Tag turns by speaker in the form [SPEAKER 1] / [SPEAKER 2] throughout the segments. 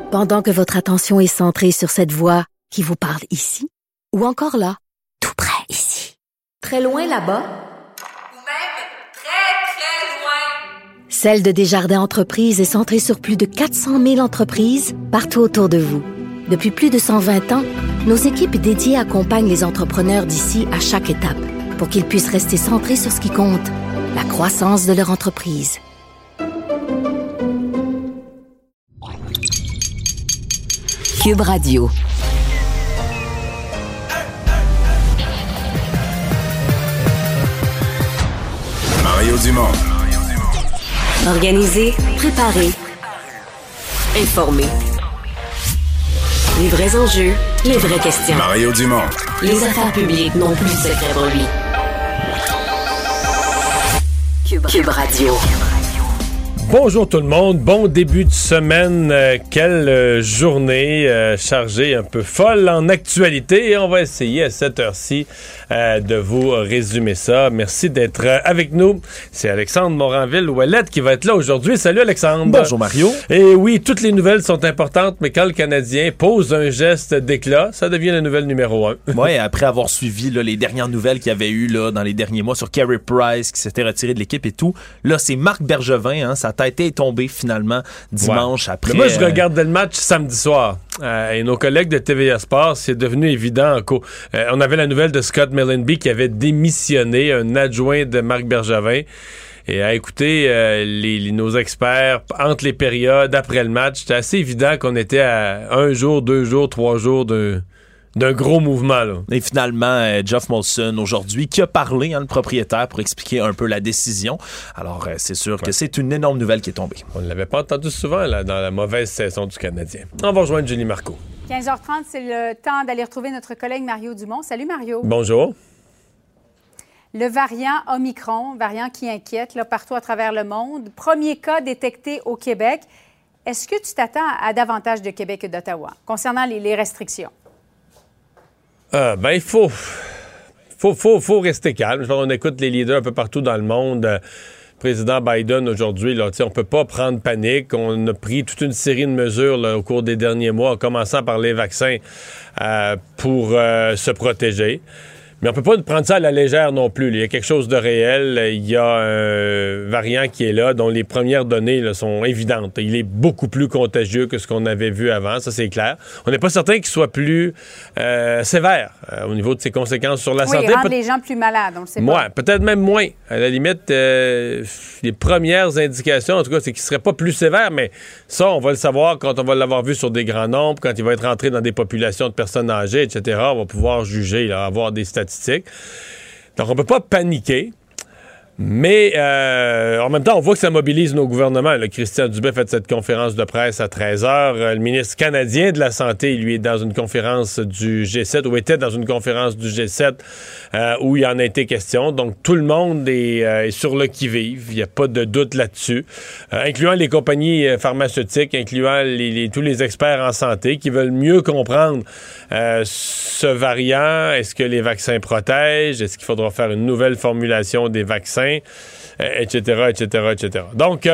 [SPEAKER 1] Pendant que votre attention est centrée sur cette voix qui vous parle ici, ou encore là, tout près ici, très loin là-bas,
[SPEAKER 2] ou même très, très loin.
[SPEAKER 1] Celle de Desjardins Entreprises est centrée sur plus de 400 000 entreprises partout autour de vous. Depuis plus de 120 ans, nos équipes dédiées accompagnent les entrepreneurs d'ici à chaque étape pour qu'ils puissent rester centrés sur ce qui compte, la croissance de leur entreprise.
[SPEAKER 3] Cube Radio.
[SPEAKER 4] Mario Dumont.
[SPEAKER 3] Organiser, préparer, informer. Les vrais enjeux, les vraies questions.
[SPEAKER 4] Mario Dumont.
[SPEAKER 3] Les affaires publiques n'ont plus de secret pour lui. Cube Radio.
[SPEAKER 5] Bonjour tout le monde, bon début de semaine, quelle journée chargée, un peu folle en actualité, et on va essayer à cette heure-ci de vous résumer ça. Merci d'être avec nous. C'est Alexandre Moranville-Ouellette qui va être là aujourd'hui. Salut Alexandre.
[SPEAKER 6] Bonjour Mario.
[SPEAKER 5] Et oui, toutes les nouvelles sont importantes, mais quand le Canadien pose un geste d'éclat, ça devient la nouvelle numéro 1.
[SPEAKER 6] Oui, après avoir suivi là, les dernières nouvelles qu'il y avait eu là, dans les derniers mois sur Carey Price qui s'était retiré de l'équipe et tout, là c'est Marc Bergevin, sa tête est tombée finalement dimanche après.
[SPEAKER 5] Mais moi je regardais le match samedi soir et nos collègues de TVA Sports, c'est devenu évident. On avait la nouvelle de Scott Mellanby qui avait démissionné, un adjoint de Marc Bergevin. Et à écouter nos experts entre les périodes, après le match, c'était assez évident qu'on était à 1 jour, 2 jours, 3 jours d'un gros mouvement, là.
[SPEAKER 6] Et finalement, Geoff Molson, aujourd'hui, qui a parlé, le propriétaire, pour expliquer un peu la décision. Alors, c'est sûr que c'est une énorme nouvelle qui est tombée.
[SPEAKER 5] On ne l'avait pas entendu souvent là, dans la mauvaise saison du Canadien. On va rejoindre Julie Marco.
[SPEAKER 7] 15h30, c'est le temps d'aller retrouver notre collègue Mario Dumont. Salut Mario.
[SPEAKER 5] Bonjour.
[SPEAKER 7] Le variant Omicron, variant qui inquiète là, partout à travers le monde. Premier cas détecté au Québec. Est-ce que tu t'attends à davantage de Québec et d'Ottawa concernant les restrictions?
[SPEAKER 5] Il faut rester calme. On écoute les leaders un peu partout dans le monde. Le président Biden aujourd'hui, là, on ne peut pas prendre panique. On a pris toute une série de mesures là, au cours des derniers mois, en commençant par les vaccins pour se protéger. Mais on peut pas prendre ça à la légère non plus. Il y a quelque chose de réel. Il y a un variant qui est là, dont les premières données là, sont évidentes. Il est beaucoup plus contagieux que ce qu'on avait vu avant, ça c'est clair. On n'est pas certain qu'il soit plus sévère au niveau de ses conséquences sur la santé.
[SPEAKER 7] Oui, rendre les gens plus malades, on le sait pas.
[SPEAKER 5] Peut-être même moins. À la limite, les premières indications, en tout cas, c'est qu'il serait pas plus sévère, mais ça, on va le savoir quand on va l'avoir vu sur des grands nombres, quand il va être rentré dans des populations de personnes âgées, etc. On va pouvoir juger, là, avoir des statistiques. Donc, on ne peut pas paniquer. Mais en même temps, on voit que ça mobilise nos gouvernements. Là, Christian Dubé fait cette conférence de presse à 13h. Le ministre canadien de la Santé, lui, est dans une conférence du G7, ou était dans une conférence du G7 où il en a été question. Donc, tout le monde est sur le qui-vive. Il n'y a pas de doute là-dessus. Incluant les compagnies pharmaceutiques, incluant tous les experts en santé qui veulent mieux comprendre ce variant. Est-ce que les vaccins protègent? Est-ce qu'il faudra faire une nouvelle formulation des vaccins? Etc., etc., etc. Donc,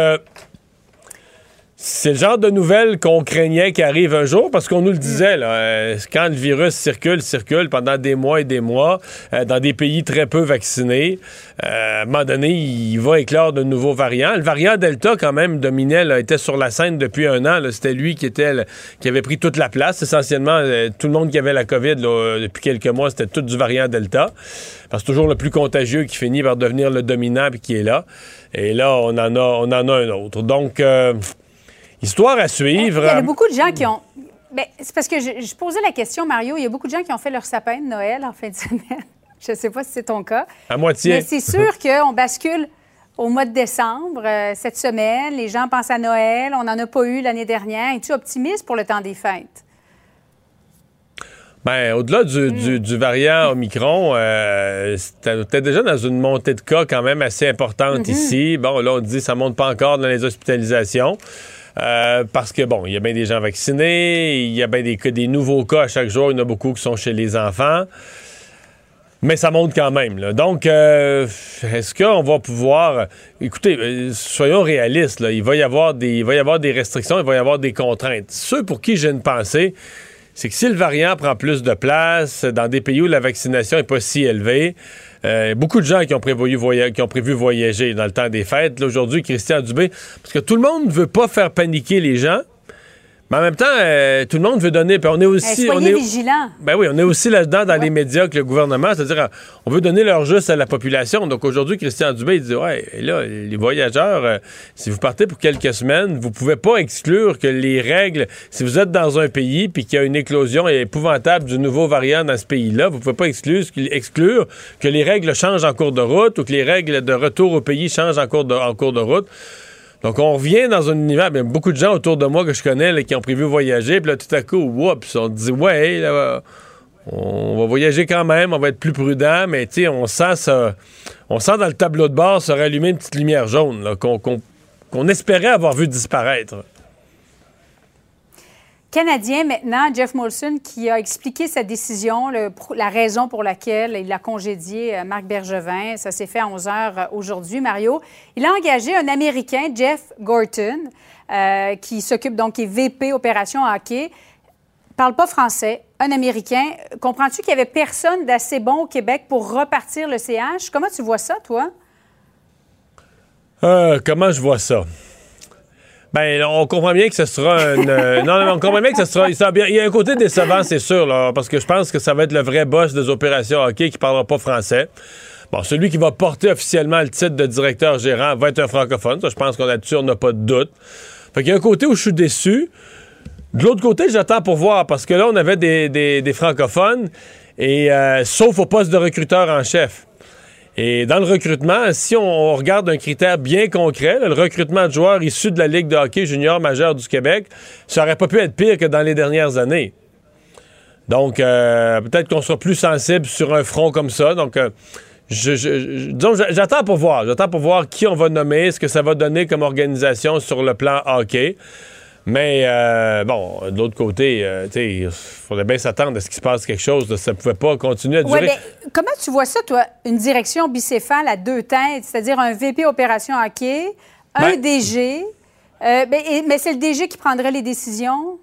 [SPEAKER 5] c'est le genre de nouvelles qu'on craignait qui arrive un jour, parce qu'on nous le disait, là, quand le virus circule pendant des mois et des mois, dans des pays très peu vaccinés, à un moment donné, il va éclore de nouveaux variants. Le variant Delta, quand même, dominait, là, était sur la scène depuis un an. Là, c'était lui qui avait pris toute la place. Essentiellement, tout le monde qui avait la COVID là, depuis quelques mois, c'était tout du variant Delta. Parce que c'est toujours le plus contagieux qui finit par devenir le dominant et qui est là. Et là, on en a un autre. Donc, histoire à suivre.
[SPEAKER 7] Il y a beaucoup de gens qui ont... Bien, c'est parce que je posais la question, Mario. Il y a beaucoup de gens qui ont fait leur sapin de Noël en fin de semaine. Je ne sais pas si c'est ton cas.
[SPEAKER 5] À moitié.
[SPEAKER 7] Mais c'est sûr qu'on bascule au mois de décembre, cette semaine. Les gens pensent à Noël. On n'en a pas eu l'année dernière. Es-tu optimiste pour le temps des fêtes?
[SPEAKER 5] Bien, au-delà du variant Omicron, t'es déjà dans une montée de cas quand même assez importante ici. Bon, là, on dit que ça ne monte pas encore dans les hospitalisations. Parce que, bon, il y a bien des gens vaccinés, il y a bien des nouveaux cas à chaque jour. Il y en a beaucoup qui sont chez les enfants. Mais ça monte quand même. Là. Donc, est-ce qu'on va pouvoir... Écoutez, soyons réalistes. Là. Il va y avoir des restrictions, il va y avoir des contraintes. Ceux pour qui j'ai une pensée, c'est que si le variant prend plus de place dans des pays où la vaccination n'est pas si élevée, beaucoup de gens qui ont prévu voyager dans le temps des fêtes. Là, aujourd'hui, Christian Dubé, parce que tout le monde ne veut pas faire paniquer les gens, mais en même temps, tout le monde veut donner... Puis on est aussi...
[SPEAKER 7] soyez vigilants.
[SPEAKER 5] Ben oui, on est aussi là-dedans dans les médias que le gouvernement, c'est-à-dire on veut donner leur juste à la population. Donc aujourd'hui, Christian Dubé, il dit, ouais, là, les voyageurs, si vous partez pour quelques semaines, vous pouvez pas exclure que les règles, si vous êtes dans un pays puis qu'il y a une éclosion épouvantable du nouveau variant dans ce pays-là, vous pouvez pas exclure que les règles changent en cours de route ou que les règles de retour au pays changent en cours de route. Donc, on revient dans un univers... Bien, beaucoup de gens autour de moi que je connais là, qui ont prévu voyager, puis là, tout à coup, oups, on dit, ouais, là, on va voyager quand même, on va être plus prudent, mais tu sais, on sent dans le tableau de bord se rallumer une petite lumière jaune là, qu'on espérait avoir vu disparaître.
[SPEAKER 7] Canadien, maintenant, Jeff Molson, qui a expliqué sa décision, la raison pour laquelle il a congédié Marc Bergevin. Ça s'est fait à 11h aujourd'hui, Mario. Il a engagé un Américain, Jeff Gorton, qui s'occupe donc, qui est VP Opération Hockey. Parle pas français, un Américain. Comprends-tu qu'il n'y avait personne d'assez bon au Québec pour repartir le CH? Comment tu vois ça, toi?
[SPEAKER 5] Comment je vois ça? Ben, on comprend bien que ce sera on comprend bien que ce sera... Il y a un côté décevant, c'est sûr, là, parce que je pense que ça va être le vrai boss des opérations hockey qui parlera pas français. Bon, celui qui va porter officiellement le titre de directeur gérant va être un francophone. Ça, je pense qu'on là-dessus, on n'a pas de doute. Fait qu'il y a un côté où je suis déçu. De l'autre côté, j'attends pour voir, parce que là, on avait des francophones, et sauf au poste de recruteur en chef. Et dans le recrutement, si on regarde un critère bien concret, là, le recrutement de joueurs issus de la Ligue de hockey junior majeure du Québec, ça aurait pas pu être pire que dans les dernières années. Donc, peut-être qu'on sera plus sensible sur un front comme ça. Donc, disons, j'attends pour voir. J'attends pour voir qui on va nommer, ce que ça va donner comme organisation sur le plan hockey. Mais, de l'autre côté, il faudrait bien s'attendre à ce qu'il se passe quelque chose. Ça ne pouvait pas continuer à durer.
[SPEAKER 7] Ouais, mais comment tu vois ça, toi? Une direction bicéphale à deux têtes, c'est-à-dire un VP Opération Hockey, un DG, mais c'est le DG qui prendrait les décisions?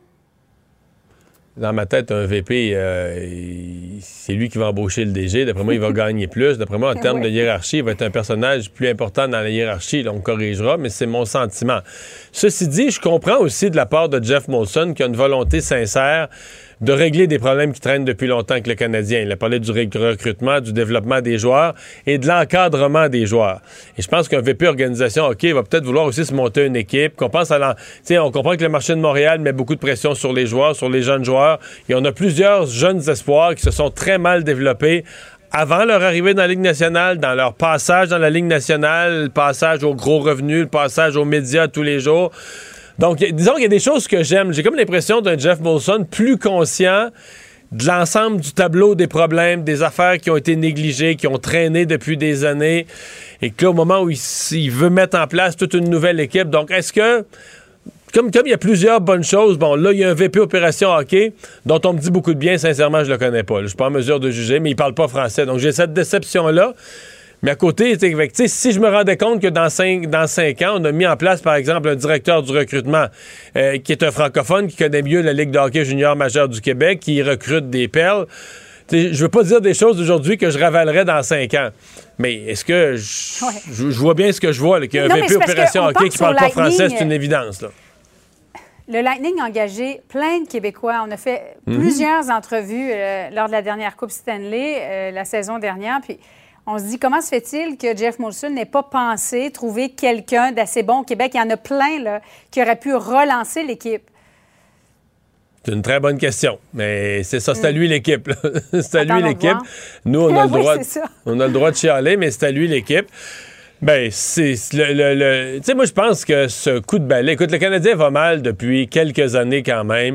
[SPEAKER 5] Dans ma tête, un VP, c'est lui qui va embaucher le DG. D'après moi, il va gagner plus. D'après moi, en termes de hiérarchie, il va être un personnage plus important dans la hiérarchie. Là, on corrigera, mais c'est mon sentiment. Ceci dit, je comprends aussi de la part de Jeff Molson qu'il a une volonté sincère de régler des problèmes qui traînent depuis longtemps avec le Canadien. Il a parlé du recrutement, du développement des joueurs et de l'encadrement des joueurs. Et je pense qu'un VP organisation hockey va peut-être vouloir aussi se monter une équipe. Qu'on pense on comprend que le marché de Montréal met beaucoup de pression sur les joueurs, sur les jeunes joueurs. Et on a plusieurs jeunes espoirs qui se sont très mal développés avant leur arrivée dans la Ligue nationale, dans leur passage dans la Ligue nationale, le passage aux gros revenus, le passage aux médias tous les jours. Donc, disons qu'il y a des choses que j'aime. J'ai comme l'impression d'un Jeff Molson plus conscient de l'ensemble du tableau des problèmes, des affaires qui ont été négligées, qui ont traîné depuis des années, et que là, au moment où il veut mettre en place toute une nouvelle équipe, donc est-ce que, comme il y a plusieurs bonnes choses, bon, là, il y a un VP Opération Hockey dont on me dit beaucoup de bien, sincèrement, je le connais pas. Là, je suis pas en mesure de juger, mais il parle pas français. Donc, j'ai cette déception-là. Mais à côté, si je me rendais compte que dans 5 ans, on a mis en place, par exemple, un directeur du recrutement qui est un francophone, qui connaît mieux la Ligue de hockey junior majeure du Québec, qui recrute des perles, je veux pas dire des choses aujourd'hui que je ravalerais dans 5 ans. Mais est-ce que je vois bien ce que je vois, là, qu'il y a un VP Opération Hockey qui parle pas français, c'est une évidence, là.
[SPEAKER 7] Le Lightning a engagé plein de Québécois. On a fait plusieurs entrevues lors de la dernière Coupe Stanley, la saison dernière, puis on se dit, comment se fait-il que Jeff Molson n'ait pas pensé trouver quelqu'un d'assez bon au Québec? Il y en a plein là, qui auraient pu relancer l'équipe.
[SPEAKER 5] C'est une très bonne question. Mais c'est ça, c'est à lui l'équipe. Là. C'est à lui l'équipe.
[SPEAKER 7] Voir.
[SPEAKER 5] Nous, on a le droit de chialer, mais c'est à lui l'équipe. Ben, c'est tu sais, moi, je pense que ce coup de balai... Écoute, le Canadien va mal depuis quelques années quand même.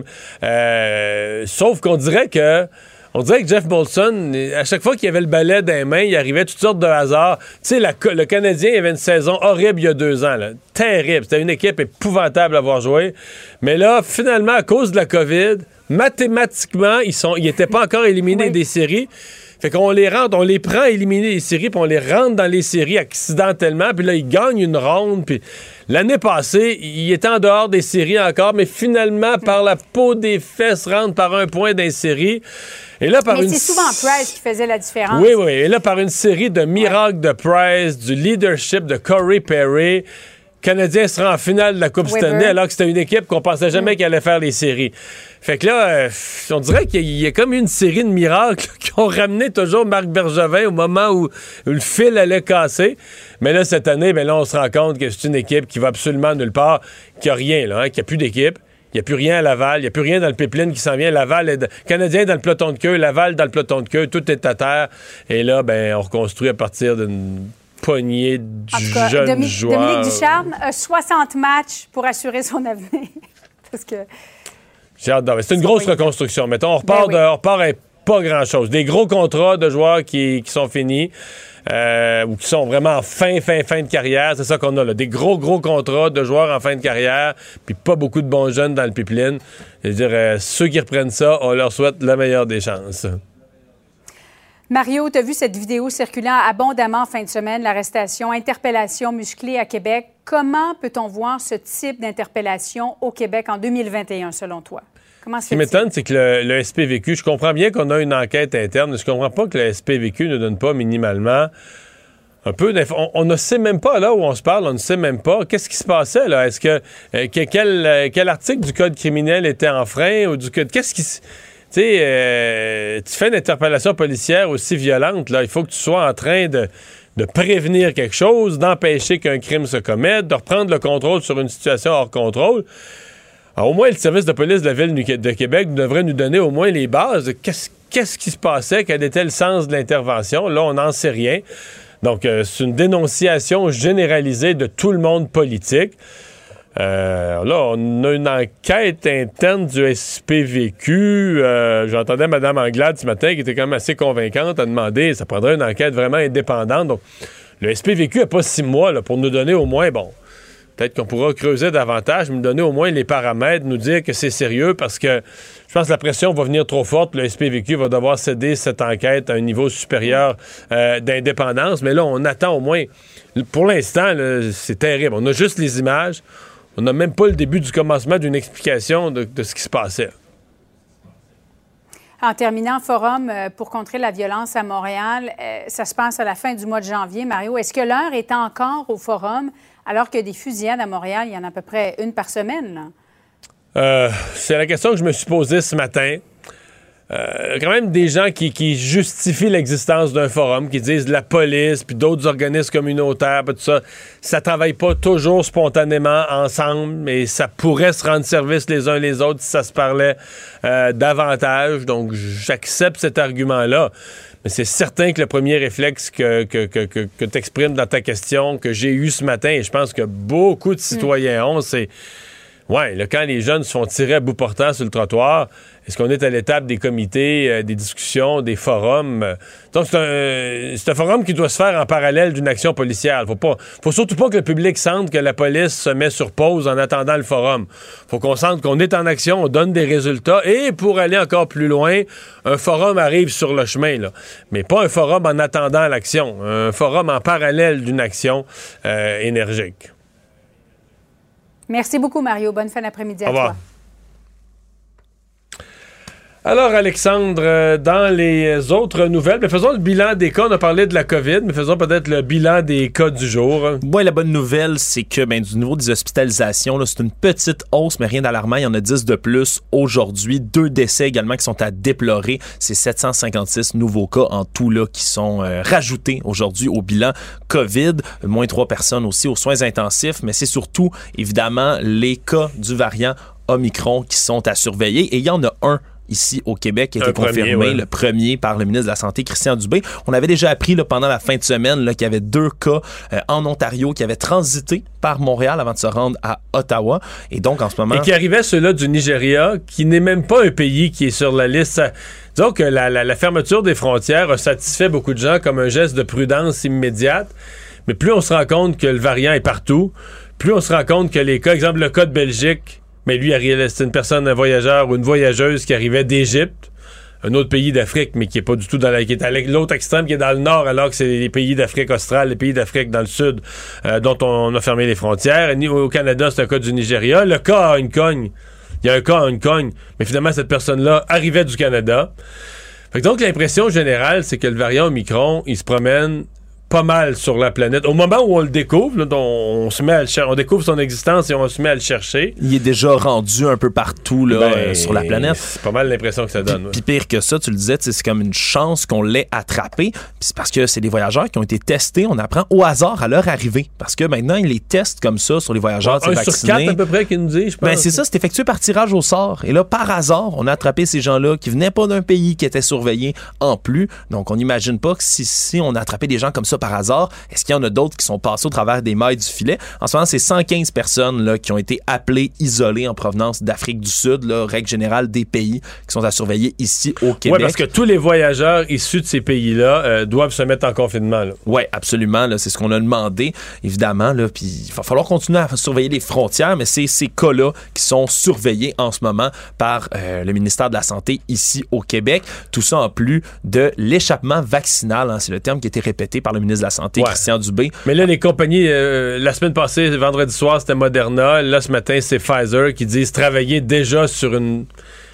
[SPEAKER 5] Sauf qu'on dirait que... On dirait que Jeff Molson, à chaque fois qu'il avait le balai dans les mains, il arrivait toutes sortes de hasards. Tu sais, le Canadien avait une saison horrible il y a 2 ans. Là. Terrible. C'était une équipe épouvantable à avoir joué. Mais là, finalement, à cause de la COVID, mathématiquement, ils n'étaient pas encore éliminés des séries. Fait qu'on on les prend à éliminer les séries, puis on les rentre dans les séries accidentellement, puis là, ils gagnent une ronde, puis l'année passée, il était en dehors des séries encore, mais finalement, par la peau des fesses, rentre par un point dans les séries. Et là,
[SPEAKER 7] mais c'est souvent Price qui faisait la différence.
[SPEAKER 5] Oui, oui. Et là, par une série de miracles de Price, du leadership de Corey Perry, le Canadien sera en finale de la Coupe Stanley, alors que c'était une équipe qu'on pensait jamais qu'elle allait faire les séries. Fait que là, on dirait qu'il y a comme une série de miracles qui ont ramené toujours Marc Bergevin au moment où le fil allait casser. Mais là, cette année, là, on se rend compte que c'est une équipe qui va absolument nulle part, qu'il n'y a rien, là, qu'il n'y a plus d'équipe. Il n'y a plus rien à Laval, il n'y a plus rien dans le pipeline qui s'en vient. Laval, Canadien dans le peloton de queue, Laval dans le peloton de queue, tout est à terre. Et là, on reconstruit à partir d'une poignée de jeunes joueurs.
[SPEAKER 7] Dominique Ducharme a 60 matchs pour assurer son avenir. Parce que...
[SPEAKER 5] J'ai hâte d'en... C'est une grosse reconstruction. Mettons, on repart avec pas grand-chose. Des gros contrats de joueurs qui sont finis. Ou qui sont vraiment en fin de carrière. C'est ça qu'on a là. Des gros contrats de joueurs en fin de carrière, puis pas beaucoup de bons jeunes dans le pipeline. Je veux dire, ceux qui reprennent ça, on leur souhaite la meilleure des chances.
[SPEAKER 7] Mario, tu as vu cette vidéo circulant abondamment en fin de semaine, l'arrestation, interpellation musclée à Québec. Comment peut-on voir ce type d'interpellation au Québec en 2021, selon toi?
[SPEAKER 5] Ce qui m'étonne, c'est que le SPVQ, je comprends bien qu'on a une enquête interne, mais je comprends pas que le SPVQ ne donne pas minimalement un peu d'informations. On ne sait même pas, là où on se parle, on ne sait même pas qu'est-ce qui se passait, là. Est-ce que quel article du Code criminel était en frein ou du Code... Qu'est-ce qui... Tu sais, tu fais une interpellation policière aussi violente, là, il faut que tu sois en train de prévenir quelque chose, d'empêcher qu'un crime se commette, de reprendre le contrôle sur une situation hors contrôle. Alors, au moins, le service de police de la Ville de Québec devrait nous donner au moins les bases de qu'est-ce qui se passait, quel était le sens de l'intervention. Là, on n'en sait rien. Donc, c'est une dénonciation généralisée de tout le monde politique. Là, on a une enquête interne du SPVQ. J'entendais Mme Anglade ce matin qui était quand même assez convaincante à demander, ça prendrait une enquête vraiment indépendante. Donc, le SPVQ n'a pas 6 mois là, pour nous donner au moins, peut-être qu'on pourra creuser davantage, mais nous donner au moins les paramètres, nous dire que c'est sérieux parce que je pense que la pression va venir trop forte. Le SPVQ va devoir céder cette enquête à un niveau supérieur d'indépendance. Mais là, on attend au moins... Pour l'instant, là, c'est terrible. On a juste les images. On n'a même pas le début du commencement d'une explication de ce qui se passait.
[SPEAKER 7] En terminant, Forum pour contrer la violence à Montréal, ça se passe à la fin du mois de janvier. Mario, est-ce que l'heure est encore au Forum alors que des fusillades à Montréal, il y en a à peu près une par semaine, là?
[SPEAKER 5] C'est la question que je me suis posée ce matin. Quand même des gens qui justifient l'existence d'un forum, qui disent la police, puis d'autres organismes communautaires, puis tout ça, ça travaille pas toujours spontanément ensemble, mais ça pourrait se rendre service les uns les autres si ça se parlait davantage. Donc, j'accepte cet argument-là. Mais c'est certain que le premier réflexe que tu exprimes dans ta question, que j'ai eu ce matin, et je pense que beaucoup de citoyens ont, c'est... Ouais, là, quand les jeunes se font tirer à bout portant sur le trottoir, est-ce qu'on est à l'étape des comités, des discussions, des forums? Donc, c'est un forum qui doit se faire en parallèle d'une action policière. Faut surtout pas que le public sente que la police se met sur pause en attendant le forum. Faut qu'on sente qu'on est en action, on donne des résultats. Et pour aller encore plus loin, un forum arrive sur le chemin, là. Mais pas un forum en attendant l'action. Un forum en parallèle d'une action énergique.
[SPEAKER 7] Merci beaucoup, Mario. Bonne fin d'après-midi à toi.
[SPEAKER 5] Alors, Alexandre, dans les autres nouvelles, faisons le bilan des cas. On a parlé de la COVID, mais faisons peut-être le bilan des cas du jour.
[SPEAKER 6] Moi, la bonne nouvelle, c'est que du niveau des hospitalisations, là, c'est une petite hausse, mais rien d'alarmant. Il y en a 10 de plus aujourd'hui. 2 décès également qui sont à déplorer. C'est 756 nouveaux cas en tout là qui sont rajoutés aujourd'hui au bilan COVID. Moins 3 personnes aussi aux soins intensifs, mais c'est surtout, évidemment, les cas du variant Omicron qui sont à surveiller. Et il y en a un ici au Québec qui a été confirmé, le premier par le ministre de la Santé, Christian Dubé. On avait déjà appris là, pendant la fin de semaine là, qu'il y avait 2 cas en Ontario qui avaient transité par Montréal avant de se rendre à Ottawa. Et donc, en ce moment...
[SPEAKER 5] Et qui arrivait ceux-là du Nigeria, qui n'est même pas un pays qui est sur la liste. Disons que la fermeture des frontières a satisfait beaucoup de gens comme un geste de prudence immédiate. Mais plus on se rend compte que le variant est partout, plus on se rend compte que les cas, exemple le cas de Belgique, mais lui, c'est une personne, un voyageur ou une voyageuse qui arrivait d'Égypte. un autre pays d'Afrique, mais qui est pas du tout qui est à l'autre extrême, qui est dans le nord, alors que c'est les pays d'Afrique australe, les pays d'Afrique dans le sud, dont on a fermé les frontières. Au Canada, c'est un cas du Nigeria. Le cas a une cogne. Il y a un cas à une cogne, mais finalement, cette personne-là arrivait du Canada. Fait que donc, l'impression générale, c'est que le variant Omicron, il se promène pas mal sur la planète. Au moment où on le découvre, là, on se met à on découvre son existence et on se met à le chercher.
[SPEAKER 6] Il est déjà rendu un peu partout là, sur la planète.
[SPEAKER 5] C'est pas mal l'impression que ça donne.
[SPEAKER 6] Puis pire que ça, tu le disais, c'est comme une chance qu'on l'ait attrapé. Puis c'est parce que c'est des voyageurs qui ont été testés, on apprend au hasard à leur arrivée. Parce que maintenant, ils les testent comme ça sur les voyageurs vaccinés. 1 sur 4
[SPEAKER 5] à peu près qu'ils nous disent, je pense.
[SPEAKER 6] Ben c'est ça, c'est effectué par tirage au sort. Et là, par hasard, on a attrapé ces gens-là qui venaient pas d'un pays qui était surveillé en plus. Donc on n'imagine pas que si on a attrapé des gens comme ça par hasard, est-ce qu'il y en a d'autres qui sont passés au travers des mailles du filet? En ce moment, c'est 115 personnes là, qui ont été appelées, isolées en provenance d'Afrique du Sud, là, règle générale des pays qui sont à surveiller ici au Québec.
[SPEAKER 5] Oui, parce que tous les voyageurs issus de ces pays-là doivent se mettre en confinement.
[SPEAKER 6] Oui, absolument. Là, c'est ce qu'on a demandé, évidemment. Là, puis il va falloir continuer à surveiller les frontières, mais c'est ces cas-là qui sont surveillés en ce moment par le ministère de la Santé ici au Québec. Tout ça en plus de l'échappement vaccinal. Hein, c'est le terme qui a été répété par le ministre de la Santé, Christian Dubé.
[SPEAKER 5] Mais là, les compagnies, la semaine passée, vendredi soir, c'était Moderna. Là, ce matin, c'est Pfizer qui disent travailler déjà sur une...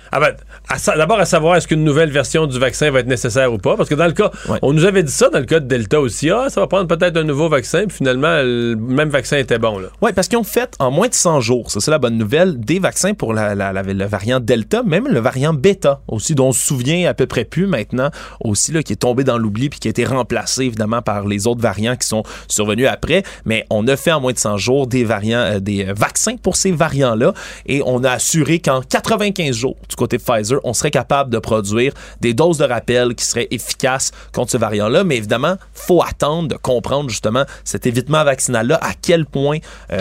[SPEAKER 5] d'abord à savoir est-ce qu'une nouvelle version du vaccin va être nécessaire ou pas, parce que dans le cas, on nous avait dit ça dans le cas de Delta aussi, ça va prendre peut-être un nouveau vaccin, puis finalement le même vaccin était bon là.
[SPEAKER 6] Oui, parce qu'ils ont fait en moins de 100 jours, ça c'est la bonne nouvelle, des vaccins pour le variant Delta, même le variant Beta aussi, dont on se souvient à peu près plus maintenant aussi, là, qui est tombé dans l'oubli puis qui a été remplacé évidemment par les autres variants qui sont survenus après, mais on a fait en moins de 100 jours des vaccins pour ces variants-là, et on a assuré qu'en 95 jours du côté Pfizer, on serait capable de produire des doses de rappel qui seraient efficaces contre ce variant-là. Mais évidemment, faut attendre de comprendre justement cet évitement vaccinal-là, à quel point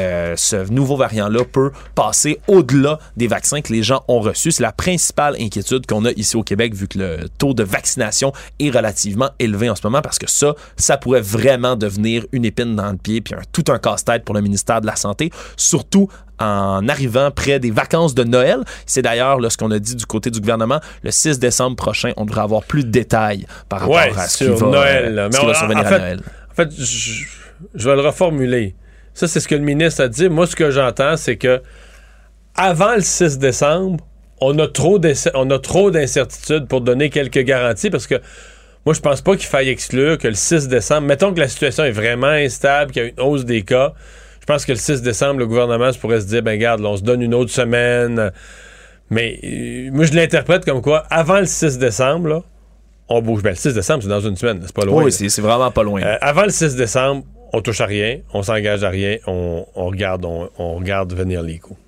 [SPEAKER 6] ce nouveau variant-là peut passer au-delà des vaccins que les gens ont reçus. C'est la principale inquiétude qu'on a ici au Québec, vu que le taux de vaccination est relativement élevé en ce moment, parce que ça pourrait vraiment devenir une épine dans le pied, puis tout un casse-tête pour le ministère de la Santé, surtout en arrivant près des vacances de Noël. C'est d'ailleurs là, ce qu'on a dit du côté du gouvernement. Le 6 décembre prochain, on devrait avoir plus de détails par rapport à ce qui va survenir à Noël.
[SPEAKER 5] En fait, je vais le reformuler. Ça, c'est ce que le ministre a dit. Moi, ce que j'entends, c'est que avant le 6 décembre, on a trop d'incertitudes pour donner quelques garanties, parce que moi, je pense pas qu'il faille exclure que le 6 décembre, mettons que la situation est vraiment instable, qu'il y a une hausse des cas, je pense que le 6 décembre, le gouvernement pourrait se dire, regarde, là, on se donne une autre semaine. Mais moi, je l'interprète comme quoi, avant le 6 décembre, là, on bouge. Le 6 décembre, c'est dans une semaine, c'est pas loin.
[SPEAKER 6] Oui, c'est vraiment pas loin.
[SPEAKER 5] Avant le 6 décembre, on touche à rien, on s'engage à rien, on regarde venir les coups.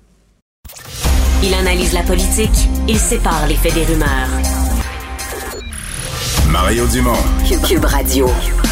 [SPEAKER 3] Il analyse la politique, il sépare les faits des rumeurs.
[SPEAKER 4] Mario Dumont.
[SPEAKER 3] Cube Radio.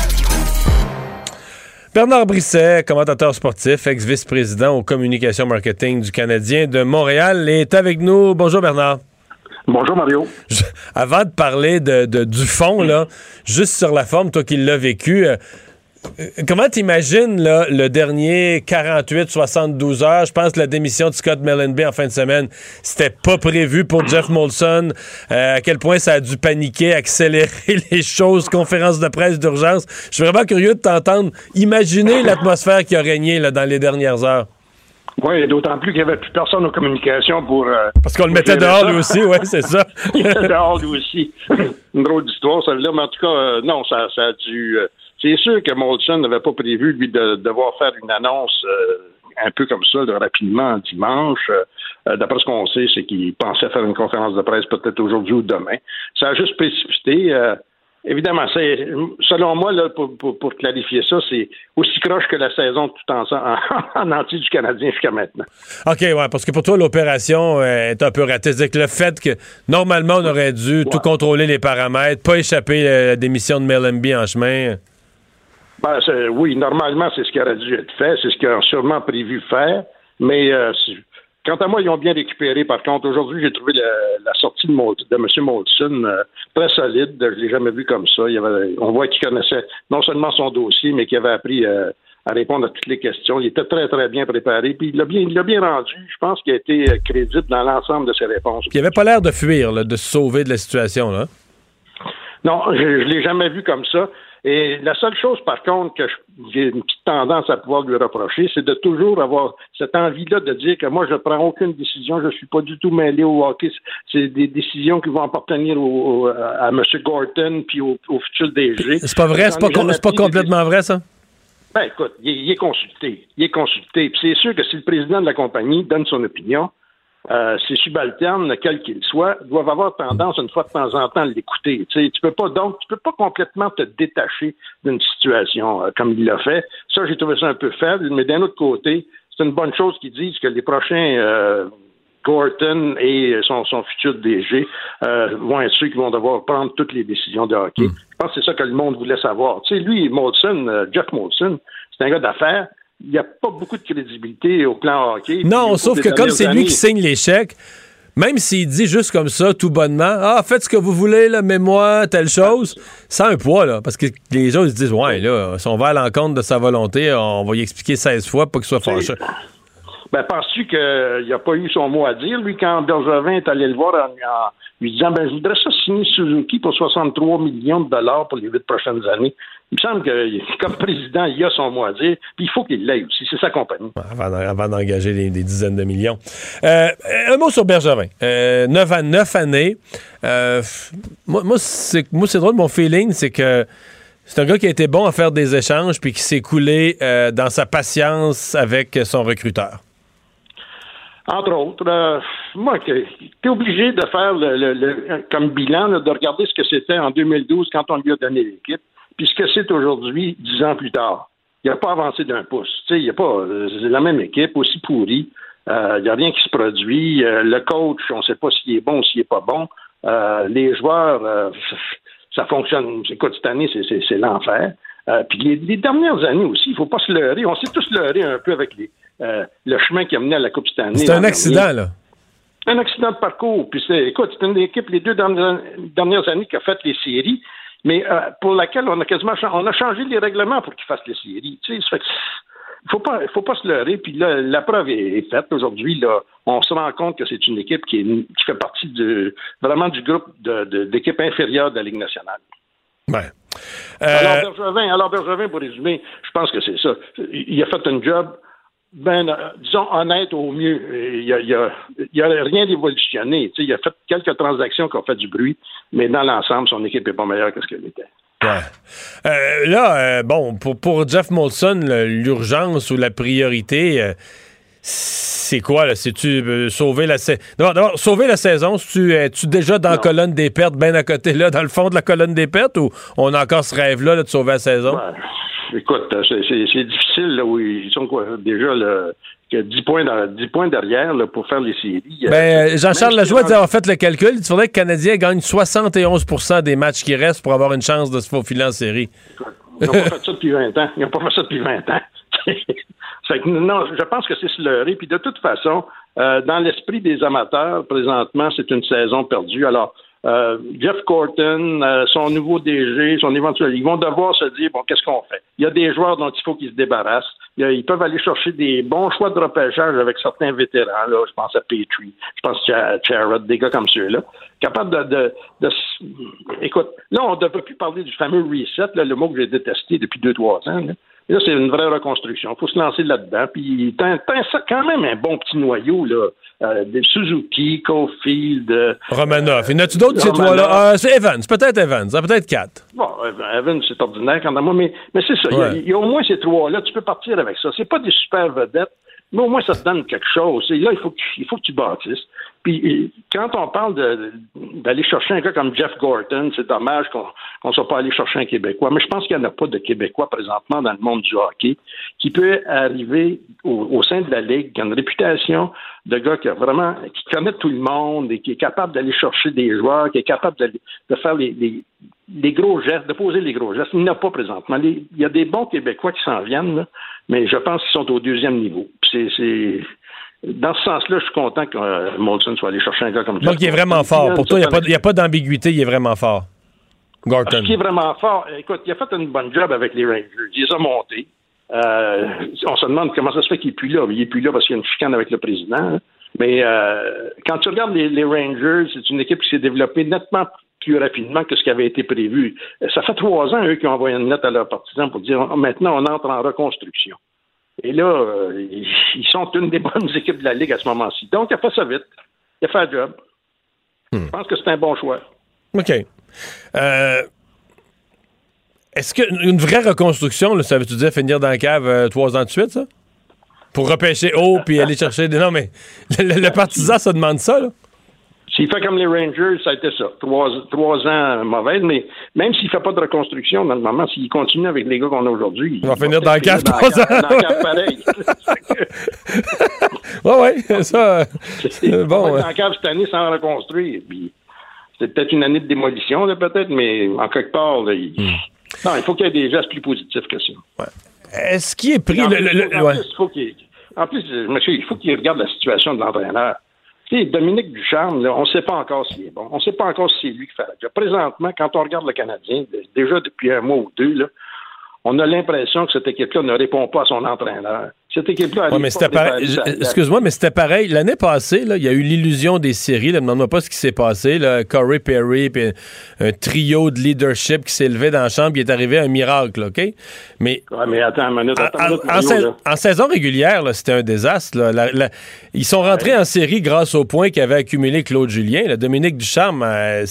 [SPEAKER 5] Bernard Brisset, commentateur sportif, ex-vice-président aux communications marketing du Canadien de Montréal, est avec nous. Bonjour Bernard.
[SPEAKER 8] Bonjour Mario.
[SPEAKER 5] Avant de parler du fond, là, juste sur la forme, toi qui l'as vécu, comment t'imagines là, le dernier 48-72 heures? Je pense que la démission de Scott Mellanby en fin de semaine, c'était pas prévu pour Jeff Molson. À quel point ça a dû paniquer, accélérer les choses, conférence de presse d'urgence. Je suis vraiment curieux de t'entendre imaginer l'atmosphère qui a régné là, dans les dernières heures.
[SPEAKER 8] Oui, d'autant plus qu'il n'y avait plus personne aux communications pour...
[SPEAKER 5] Parce qu'on le mettait dehors lui aussi, oui, c'est ça.
[SPEAKER 8] Il était dehors lui aussi. Une drôle d'histoire, celle-là, mais en tout cas, non, ça a dû... C'est sûr que Molson n'avait pas prévu, lui, de devoir faire une annonce un peu comme ça, rapidement, dimanche. D'après ce qu'on sait, c'est qu'il pensait faire une conférence de presse peut-être aujourd'hui ou demain. Ça a juste précipité. Évidemment, c'est selon moi, là, pour clarifier ça, c'est aussi croche que la saison tout en entier du Canadien jusqu'à maintenant.
[SPEAKER 5] OK, ouais, parce que pour toi, l'opération est un peu ratée. C'est-à-dire que le fait que, normalement, on aurait dû tout contrôler les paramètres, pas échapper à la démission de Mellanby en chemin...
[SPEAKER 8] oui, normalement, c'est ce qui aurait dû être fait. C'est ce qu'ils ont sûrement prévu faire. Mais quant à moi, ils ont bien récupéré. Par contre, aujourd'hui, j'ai trouvé la sortie de M. Molson très solide. Je ne l'ai jamais vu comme ça. On voit qu'il connaissait non seulement son dossier, mais qu'il avait appris à répondre à toutes les questions. Il était très, très bien préparé. Puis il l'a bien rendu. Je pense qu'il a été crédible dans l'ensemble de ses réponses.
[SPEAKER 5] Puis il n'avait pas l'air de fuir, là, de se sauver de la situation, là.
[SPEAKER 8] Non, je l'ai jamais vu comme ça. Et la seule chose, par contre, que j'ai une petite tendance à pouvoir lui reprocher, c'est de toujours avoir cette envie-là de dire que moi, je ne prends aucune décision, je ne suis pas du tout mêlé au hockey. C'est des décisions qui vont appartenir à M. Gorton puis au futur DG.
[SPEAKER 5] C'est pas vrai? C'est pas complètement vrai, ça?
[SPEAKER 8] Ben, écoute, il est consulté. Il est consulté. Puis c'est sûr que si le président de la compagnie donne son opinion, ses subalternes, quels qu'ils soient, doivent avoir tendance, une fois de temps en temps, à l'écouter. Tu peux pas complètement te détacher d'une situation comme il l'a fait. Ça, j'ai trouvé ça un peu faible, mais d'un autre côté, c'est une bonne chose qu'ils disent que les prochains Gorton et son futur DG vont être ceux qui vont devoir prendre toutes les décisions de hockey. Je pense que c'est ça que le monde voulait savoir. Tu sais, lui, Jeff Molson, c'est un gars d'affaires. Il n'y a pas beaucoup de crédibilité au plan hockey.
[SPEAKER 5] Non, sauf que comme c'est lui qui signe les chèques, même s'il dit juste comme ça, tout bonnement, « Ah, faites ce que vous voulez, là, mais moi, telle chose », ça a un poids, là, parce que les gens ils se disent « Ouais, là, si on va à l'encontre de sa volonté, on va y expliquer 16 fois pour qu'il soit fâché. »
[SPEAKER 8] Ben, penses-tu qu'il n'a pas eu son mot à dire, lui, quand Bergevin est allé le voir en lui disant, je voudrais ça signer Suzuki pour 63 millions de dollars pour les 8 prochaines années. Il me semble que, comme président, il a son mot à dire, puis il faut qu'il l'aille aussi. C'est sa compagnie.
[SPEAKER 5] Avant d'engager des dizaines de millions. Un mot sur Bergevin. 9 années. Moi, c'est drôle, mon feeling, c'est que c'est un gars qui a été bon à faire des échanges puis qui s'est coulé dans sa patience avec son recruteur.
[SPEAKER 8] Entre autres, moi, t'es obligé de faire comme bilan, là, de regarder ce que c'était en 2012 quand on lui a donné l'équipe, puis ce que c'est aujourd'hui, 10 ans plus tard. Il n'a pas avancé d'un pouce. Tu sais, il y a pas, c'est la même équipe, aussi pourrie. Il n'y a rien qui se produit. Le coach, on ne sait pas s'il est bon ou s'il n'est pas bon. Les joueurs, ça fonctionne. Écoute, cette année, c'est l'enfer. Puis les dernières années aussi, il ne faut pas se leurrer. On s'est tous leurrés un peu avec le chemin qui a mené à la Coupe cette année.
[SPEAKER 5] C'est un accident, là.
[SPEAKER 8] Un accident de parcours. Puis écoute, c'est une équipe, les 2 dernières années, qui a fait les séries, mais pour laquelle on a changé les règlements pour qu'ils fassent les séries. Tu sais, ça fait que il faut pas se leurrer. Puis là, la preuve est faite. Aujourd'hui, là, on se rend compte que c'est une équipe qui fait partie vraiment du groupe d'équipes inférieures de la Ligue nationale.
[SPEAKER 5] Ouais.
[SPEAKER 8] Alors Bergevin, pour résumer, je pense que c'est ça. Il a fait un job, disons, honnête au mieux. Il y a rien d'évolutionné. Tu sais, il a fait quelques transactions qui ont fait du bruit, mais dans l'ensemble, son équipe n'est pas meilleure que ce qu'elle était.
[SPEAKER 5] Ouais. Pour Jeff Molson, l'urgence ou la priorité, c'est quoi, là? C'est-tu sauver la saison? D'abord, sauver la saison, es-tu déjà dans la colonne des pertes, bien à côté, là, dans le fond de la colonne des pertes, ou on a encore ce rêve-là là, de sauver la saison?
[SPEAKER 8] Ouais. Écoute, c'est difficile, là, où ils sont déjà, là, 10 points derrière là, pour faire les séries.
[SPEAKER 5] Jean-Charles Lajoie disait avoir fait le calcul, il faudrait que le Canadien gagne 71% des matchs qui restent pour avoir une chance de se faufiler en série.
[SPEAKER 8] Écoute, ils n'ont pas fait ça depuis 20 ans. Fait que, non, je pense que c'est se leurrer. Puis de toute façon, dans l'esprit des amateurs, présentement, c'est une saison perdue. Alors, Jeff Gorton, son nouveau DG, son éventuel, ils vont devoir se dire, bon, qu'est-ce qu'on fait? Il y a des joueurs dont il faut qu'ils se débarrassent. Ils peuvent aller chercher des bons choix de repêchage avec certains vétérans. Là, je pense à Petrie, je pense à Charrot, des gars comme ceux-là. Capable de Écoute, là, on ne devrait plus parler du fameux reset, là, le mot que j'ai détesté depuis 2-3 ans. Là, c'est une vraie reconstruction. Il faut se lancer là-dedans. Puis, t'as quand même un bon petit noyau, là. Des Suzuki, Caulfield.
[SPEAKER 5] Romanov. Il y en a-tu d'autres de ces trois-là? C'est Evans. Peut-être Evans. Peut-être 4.
[SPEAKER 8] Bon, Evans, c'est ordinaire quand même. Mais c'est ça. Ouais. Il y a au moins ces trois-là. Tu peux partir avec ça. C'est pas des super vedettes, mais au moins, ça te donne quelque chose. Et là, il faut que tu bâtisses. Puis, quand on parle d'aller chercher un gars comme Jeff Gorton, c'est dommage qu'on ne soit pas allé chercher un Québécois. Mais je pense qu'il n'y en a pas de Québécois présentement dans le monde du hockey qui peut arriver au sein de la Ligue, qui a une réputation de gars qui connaît tout le monde et qui est capable d'aller chercher des joueurs, qui est capable de faire les gros gestes, de poser les gros gestes. Il n'y en a pas présentement. Il y a des bons Québécois qui s'en viennent, là, mais je pense qu'ils sont au 2e niveau. Puis dans ce sens-là, je suis content que Molson soit allé chercher un gars comme ça.
[SPEAKER 5] Donc, il est vraiment fort. Pour toi, il n'y a pas d'ambiguïté, il est vraiment fort. Gorton.
[SPEAKER 8] Ce qui est vraiment fort, écoute, il a fait une bonne job avec les Rangers. Il les a montés. On se demande comment ça se fait qu'il n'est plus là. Il n'est plus là parce qu'il y a une chicane avec le président. Hein. Mais quand tu regardes les Rangers, c'est une équipe qui s'est développée nettement plus rapidement que ce qui avait été prévu. Ça fait 3 ans, eux, qui ont envoyé une lettre à leurs partisans pour dire maintenant, on entre en reconstruction. Et là, ils sont une des bonnes équipes de la Ligue à ce moment-ci. Donc, il a fait ça vite. Il a fait le job. Je pense que c'est un bon choix.
[SPEAKER 5] OK. Est-ce qu'une vraie reconstruction, là, ça veut-tu dire finir dans la cave 3 ans de suite, ça? Pour repêcher haut puis aller chercher des... Non, mais le partisan, ça demande ça, là?
[SPEAKER 8] S'il fait comme les Rangers, ça a été ça. 3 ans mauvaises, mais même s'il ne fait pas de reconstruction, dans le moment, s'il continue avec les gars qu'on a aujourd'hui...
[SPEAKER 5] Il va finir dans la cave 3 ans.
[SPEAKER 8] Dans la cave pareil.
[SPEAKER 5] Oui, ça...
[SPEAKER 8] Bon, dans la cave cette année sans reconstruire. Puis, c'est peut-être une année de démolition, là, peut-être, mais en quelque part, là, non, il faut qu'il y ait des gestes plus positifs que ça.
[SPEAKER 5] Ouais. Est-ce qu'il est pris...
[SPEAKER 8] En plus, monsieur, il faut qu'il regarde la situation de l'entraîneur. Tu sais, Dominique Ducharme, là, on ne sait pas encore s'il est bon. On ne sait pas encore si c'est lui qui fait la job. Présentement, quand on regarde le Canadien, déjà depuis 1 mois ou 2, là, on a l'impression que cette équipe-là ne répond pas à son entraîneur. Cette équipe-là...
[SPEAKER 5] Ouais, mais c'était pareil. Excuse-moi, mais c'était pareil. L'année passée, là, il y a eu l'illusion des séries. Ne me demande pas ce qui s'est passé. Là. Corey Perry, puis un trio de leadership qui s'est levé dans la chambre, il est arrivé un miracle, OK? Mais,
[SPEAKER 8] ouais, mais attends une minute.
[SPEAKER 5] En saison régulière, là, c'était un désastre. Là. Ils sont rentrés en série grâce aux points qu'avait accumulé Claude Julien. Là. Dominique Ducharme,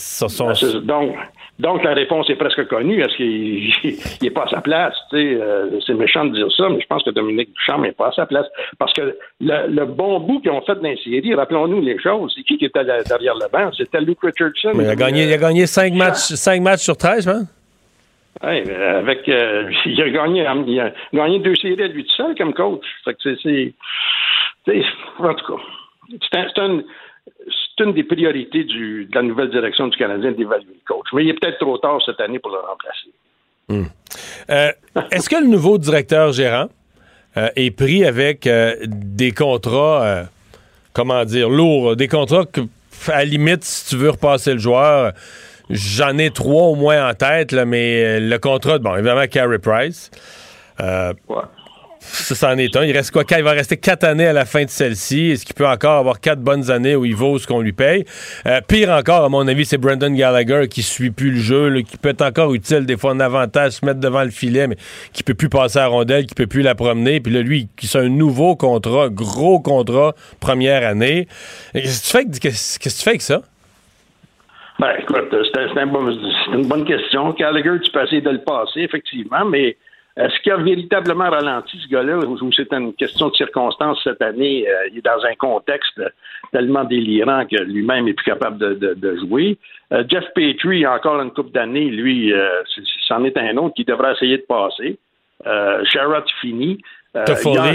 [SPEAKER 8] Donc, la réponse est presque connue. Est-ce qu'il n'est pas à sa place? C'est méchant de dire ça, mais je pense que Dominique Ducharme n'est pas à sa place. Parce que le bon bout qu'ils ont fait dans les séries, rappelons-nous les choses, c'est qui était derrière le banc? C'était Luke Richardson.
[SPEAKER 5] Mais il a gagné 5 matchs sur 13, hein?
[SPEAKER 8] Oui, il a gagné 2 séries à lui tout seul comme coach. Fait que en tout cas, c'est une des priorités de la nouvelle direction du Canadien d'évaluer le coach. Mais il est peut-être trop tard cette année pour le remplacer.
[SPEAKER 5] Est-ce que le nouveau directeur gérant est pris avec des contrats, lourds, des contrats que, à la limite, si tu veux repasser le joueur, j'en ai 3 au moins en tête, là, mais le contrat, évidemment, Carey Price.
[SPEAKER 8] Ouais.
[SPEAKER 5] Ça en est un. Il reste quoi? Il va rester 4 années à la fin de celle-ci. Est-ce qu'il peut encore avoir 4 bonnes années où il vaut ce qu'on lui paye? Pire encore, à mon avis, c'est Brendan Gallagher qui suit plus le jeu, là, qui peut être encore utile des fois en avantage, se mettre devant le filet, mais qui peut plus passer à la rondelle, qui peut plus la promener. Puis là, lui, qui c'est un nouveau contrat, gros contrat, première année. Qu'est-ce que tu fais avec ça?
[SPEAKER 8] Ben, écoute, c'est une bonne question. Gallagher, tu peux essayer de le passer, effectivement, mais est-ce qu'il a véritablement ralenti ce gars-là ou c'est une question de circonstance cette année? Il est dans un contexte tellement délirant que lui-même est plus capable de jouer. Jeff Petrie, encore une couple d'années, lui, c'en est un autre qui devrait essayer de passer. Sherrod fini.
[SPEAKER 5] Toffoli.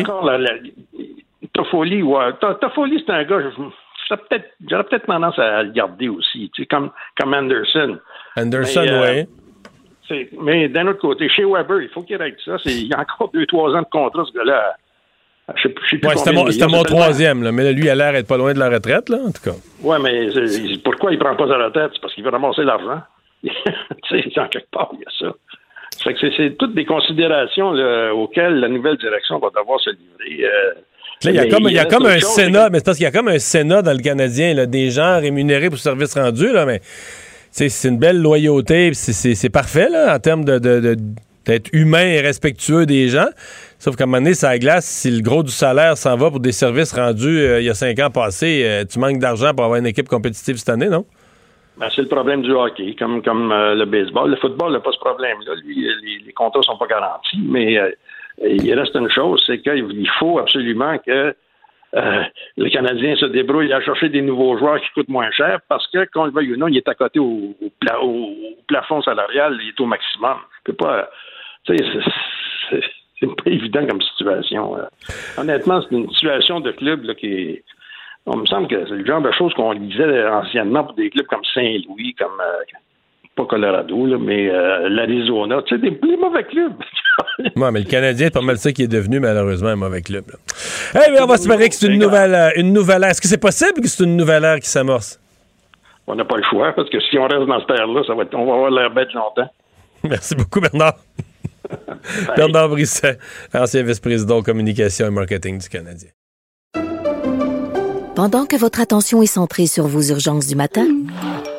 [SPEAKER 8] Toffoli, ouais. Toffoli, c'est un gars... J'aurais peut-être tendance à le garder aussi, tu sais, comme Anderson.
[SPEAKER 5] Oui.
[SPEAKER 8] Mais d'un autre côté, chez Weber, il faut qu'il règle ça. Il y a encore 2-3 ans de contrat, ce gars-là. Je sais plus
[SPEAKER 5] c'était mon 3e, là, mais là, lui, il a l'air d'être pas loin de la retraite, là, en tout cas.
[SPEAKER 8] Oui, mais pourquoi il prend pas sa retraite? C'est parce qu'il veut ramasser l'argent. Tu sais, en quelque part, il y a ça. Fait que c'est toutes des considérations là, auxquelles la nouvelle direction va devoir se livrer.
[SPEAKER 5] Là, il y a comme un Sénat, mais c'est parce qu'il y a comme un Sénat dans le Canadien, là, des gens rémunérés pour service rendu, là, mais c'est une belle loyauté, c'est parfait là, en termes d'être humain et respectueux des gens. Sauf qu'à un moment donné, ça glace, si le gros du salaire s'en va pour des services rendus il y a 5 ans passés, tu manques d'argent pour avoir une équipe compétitive cette année, non?
[SPEAKER 8] Ben, c'est le problème du hockey, comme le baseball. Le football n'a pas ce problème-là. Lui, les contrats sont pas garantis, mais il reste une chose, c'est qu'il faut absolument que le Canadien se débrouille à chercher des nouveaux joueurs qui coûtent moins cher parce que, qu'on le veuille ou non, il est à côté au plafond salarial, il est au maximum. Il peut pas... Tu sais, c'est pas évident comme situation. Honnêtement, c'est une situation de club là, qui est... On me semble que c'est le genre de choses qu'on lisait anciennement pour des clubs comme Saint-Louis, comme... pas Colorado, là, mais l'Arizona. Tu sais, des mauvais clubs.
[SPEAKER 5] Oui, mais le Canadien, c'est pas mal ça qui est devenu, malheureusement, un mauvais club. Mais on va espérer que c'est une nouvelle ère. Est-ce que c'est possible que c'est une nouvelle ère qui s'amorce?
[SPEAKER 8] On n'a pas le choix, parce que si on reste dans cette ère-là, on va avoir l'air bête longtemps.
[SPEAKER 5] Merci beaucoup, Bernard. Bernard Brisset, ancien vice-président communication et marketing du Canadien.
[SPEAKER 1] Pendant que votre attention est centrée sur vos urgences du matin,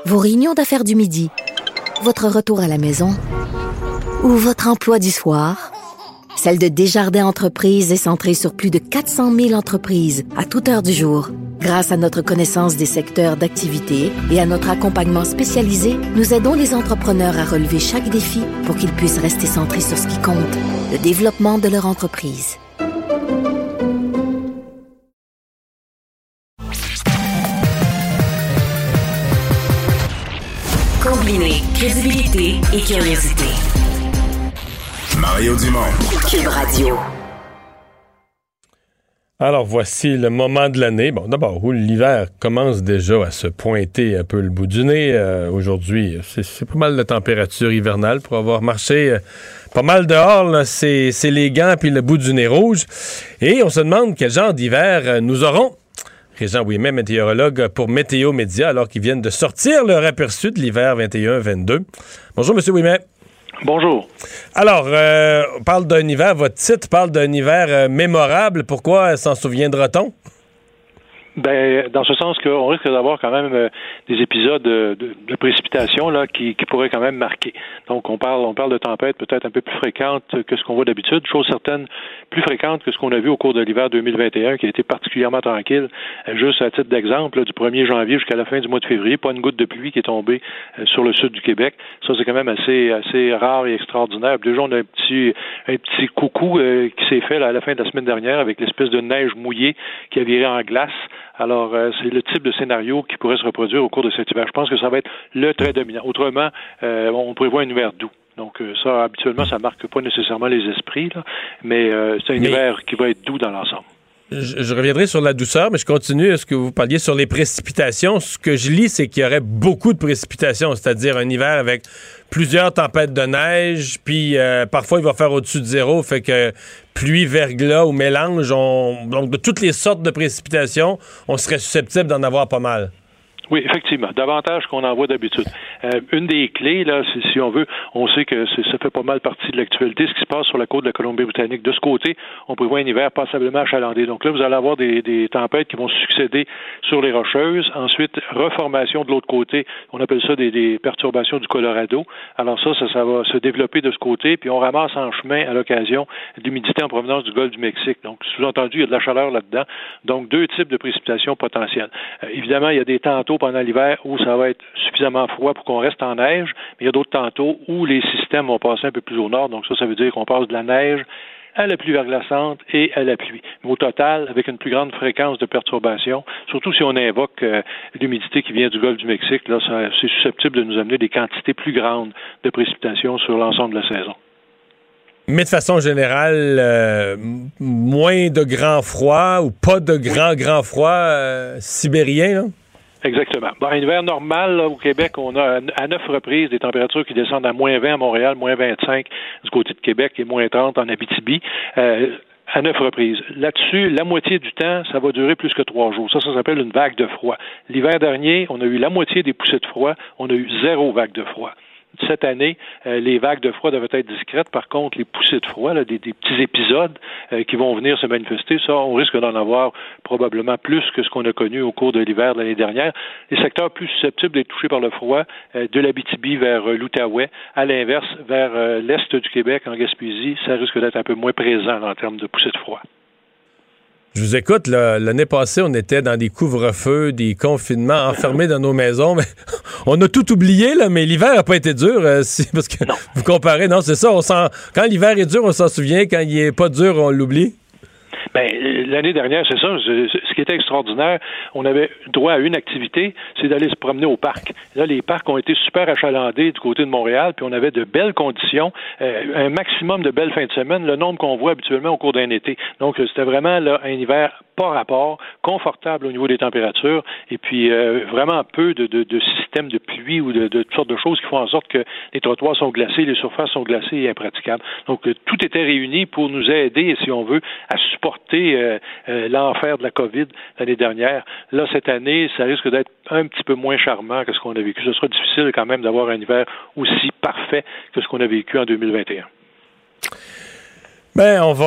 [SPEAKER 1] vos réunions d'affaires du midi, votre retour à la maison ou votre emploi du soir, celle de Desjardins Entreprises est centrée sur plus de 400 000 entreprises à toute heure du jour. Grâce à notre connaissance des secteurs d'activité et à notre accompagnement spécialisé, nous aidons les entrepreneurs à relever chaque défi pour qu'ils puissent rester centrés sur ce qui compte, le développement de leur entreprise.
[SPEAKER 3] Combiner crédibilité et curiosité.
[SPEAKER 4] Mario Dumont.
[SPEAKER 3] Cube Radio.
[SPEAKER 5] Alors, voici le moment de l'année. Bon, d'abord, où l'hiver commence déjà à se pointer un peu le bout du nez. Aujourd'hui, c'est pas mal de température hivernale pour avoir marché pas mal dehors. Là, c'est les gants puis le bout du nez rouge. Et on se demande quel genre d'hiver nous aurons. Régent Ouimet, météorologue pour Météo Média, alors qu'ils viennent de sortir leur aperçu de l'hiver 21-22. Bonjour, M. Ouimet.
[SPEAKER 9] Bonjour.
[SPEAKER 5] Alors, on parle d'un hiver, votre titre parle d'un hiver mémorable. Pourquoi s'en souviendra-t-on?
[SPEAKER 9] Ben, dans ce sens qu'on risque d'avoir quand même des épisodes de précipitation là qui pourraient quand même marquer. Donc on parle de tempêtes peut-être un peu plus fréquentes que ce qu'on voit d'habitude, chose certaine plus fréquentes que ce qu'on a vu au cours de l'hiver 2021 qui a été particulièrement tranquille. Juste à titre d'exemple, du 1er janvier jusqu'à la fin du mois de février, pas une goutte de pluie qui est tombée sur le sud du Québec. Ça c'est quand même assez rare et extraordinaire. Déjà on a un petit coucou qui s'est fait là, à la fin de la semaine dernière avec l'espèce de neige mouillée qui a viré en glace. Alors, c'est le type de scénario qui pourrait se reproduire au cours de cet hiver. Je pense que ça va être le trait dominant. Autrement, on prévoit un hiver doux. Donc, ça, habituellement, ça marque pas nécessairement les esprits, là, mais c'est un hiver qui va être doux dans l'ensemble.
[SPEAKER 5] Je reviendrai sur la douceur, mais je continue à ce que vous parliez sur les précipitations. Ce que je lis, c'est qu'il y aurait beaucoup de précipitations, c'est-à-dire un hiver avec plusieurs tempêtes de neige, puis parfois il va faire au-dessus de zéro, fait que pluie, verglas ou mélange, donc de toutes les sortes de précipitations, on serait susceptible d'en avoir pas mal.
[SPEAKER 9] Oui, effectivement, davantage qu'on en voit d'habitude. Une des clés, là, si on veut, on sait que ça fait pas mal partie de l'actualité, ce qui se passe sur la côte de la Colombie-Britannique. De ce côté, on prévoit un hiver passablement achalandé. Donc là, vous allez avoir des tempêtes qui vont succéder sur les Rocheuses. Ensuite, reformation de l'autre côté. On appelle ça des perturbations du Colorado. Alors ça va se développer de ce côté. Puis on ramasse en chemin, à l'occasion, de l'humidité en provenance du golfe du Mexique. Donc, sous-entendu, il y a de la chaleur là-dedans. Donc, deux types de précipitations potentielles. Évidemment, il y a des tantôt pendant l'hiver où ça va être suffisamment froid pour qu'on reste en neige, mais il y a d'autres tantôt où les systèmes vont passer un peu plus au nord, donc ça veut dire qu'on passe de la neige à la pluie verglaçante et à la pluie. Mais au total, avec une plus grande fréquence de perturbations, surtout si on invoque l'humidité qui vient du golfe du Mexique, là, c'est susceptible de nous amener des quantités plus grandes de précipitations sur l'ensemble de la saison.
[SPEAKER 5] Mais de façon générale, moins de grand froid ou pas de grand froid sibérien, là?
[SPEAKER 9] Exactement. Bon, un hiver normal, là, au Québec, on a à 9 reprises des températures qui descendent à moins 20 à Montréal, moins 25 du côté de Québec et moins 30 en Abitibi. À 9 reprises. Là-dessus, la moitié du temps, ça va durer plus que 3 jours. Ça s'appelle une vague de froid. L'hiver dernier, on a eu la moitié des poussées de froid. On a eu 0 vague de froid. Cette année, les vagues de froid doivent être discrètes. Par contre, les poussées de froid, là, des petits épisodes qui vont venir se manifester, ça, on risque d'en avoir probablement plus que ce qu'on a connu au cours de l'hiver de l'année dernière. Les secteurs plus susceptibles d'être touchés par le froid, de l'Abitibi vers l'Outaouais, à l'inverse, vers l'est du Québec, en Gaspésie, ça risque d'être un peu moins présent là, en termes de poussées de froid.
[SPEAKER 5] Je vous écoute, l'année passée, on était dans des couvre-feux, des confinements, enfermés dans nos maisons. Mais on a tout oublié, là, mais l'hiver n'a pas été dur. Parce que vous comparez, non, c'est ça. Quand l'hiver est dur, on s'en souvient. Quand il n'est pas dur, on l'oublie.
[SPEAKER 9] Ben, l'année dernière, c'est ça. Ce qui était extraordinaire, on avait droit à une activité, c'est d'aller se promener au parc. Là, les parcs ont été super achalandés du côté de Montréal, puis on avait de belles conditions, un maximum de belles fins de semaine, le nombre qu'on voit habituellement au cours d'un été. Donc, c'était vraiment là un hiver pas rapport, confortable au niveau des températures, et puis vraiment peu de systèmes de pluie ou de toutes sortes de choses qui font en sorte que les trottoirs sont glacés, les surfaces sont glacées et impraticables. Donc, tout était réuni pour nous aider, si on veut, à supporter l'enfer de la COVID l'année dernière. Là, cette année, ça risque d'être un petit peu moins charmant que ce qu'on a vécu. Ce sera difficile quand même d'avoir un hiver aussi parfait que ce qu'on a vécu en 2021.
[SPEAKER 5] Ben, on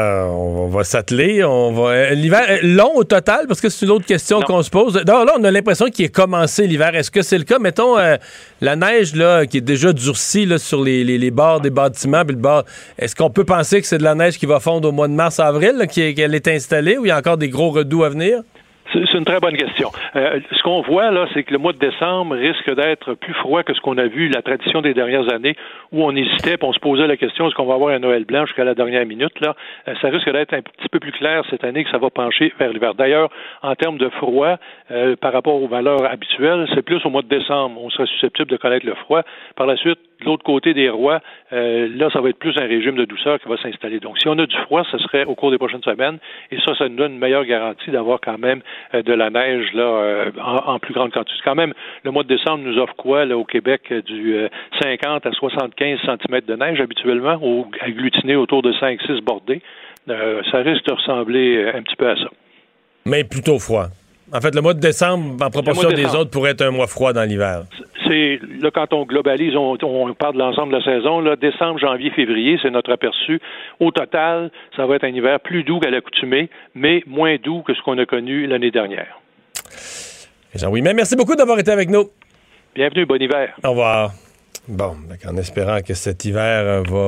[SPEAKER 5] va s'atteler. L'hiver long au total, parce que c'est une autre question qu'on se pose. Non, là, on a l'impression qu'il est commencé l'hiver. Est-ce que c'est le cas? Mettons, la neige là, qui est déjà durcie là, sur les bords des bâtiments, puis le bord. Est-ce qu'on peut penser que c'est de la neige qui va fondre au mois de mars-avril, qu'elle est installée, ou il y a encore des gros redoux à venir?
[SPEAKER 9] C'est une très bonne question. Ce qu'on voit, là, c'est que le mois de décembre risque d'être plus froid que ce qu'on a vu, la tradition des dernières années, où on hésitait, puis on se posait la question, est-ce qu'on va avoir un Noël blanc jusqu'à la dernière minute, là? Ça risque d'être un petit peu plus clair cette année que ça va pencher vers l'hiver. D'ailleurs, en termes de froid, par rapport aux valeurs habituelles, c'est plus au mois de décembre. On serait susceptible de connaître le froid. Par la suite, de l'autre côté des rois, là, ça va être plus un régime de douceur qui va s'installer. Donc, si on a du froid, ce serait au cours des prochaines semaines, et ça nous donne une meilleure garantie d'avoir quand même de la neige là en plus grande quantité. Quand même, le mois de décembre nous offre quoi là au Québec? Du 50 à 75 cm de neige habituellement, agglutiné autour de 5-6 bordées. Ça risque de ressembler un petit peu à ça.
[SPEAKER 5] Mais plutôt froid. En fait, le mois de décembre, en proportion des autres, pourrait être un mois froid dans l'hiver.
[SPEAKER 9] C'est là, quand on globalise, on parle de l'ensemble de la saison. Là, décembre, janvier, février, c'est notre aperçu. Au total, ça va être un hiver plus doux qu'à l'accoutumée, mais moins doux que ce qu'on a connu l'année dernière.
[SPEAKER 5] Jean-Louis, merci beaucoup d'avoir été avec nous.
[SPEAKER 9] Bienvenue, bon hiver.
[SPEAKER 5] Au revoir. Bon, en espérant que cet hiver va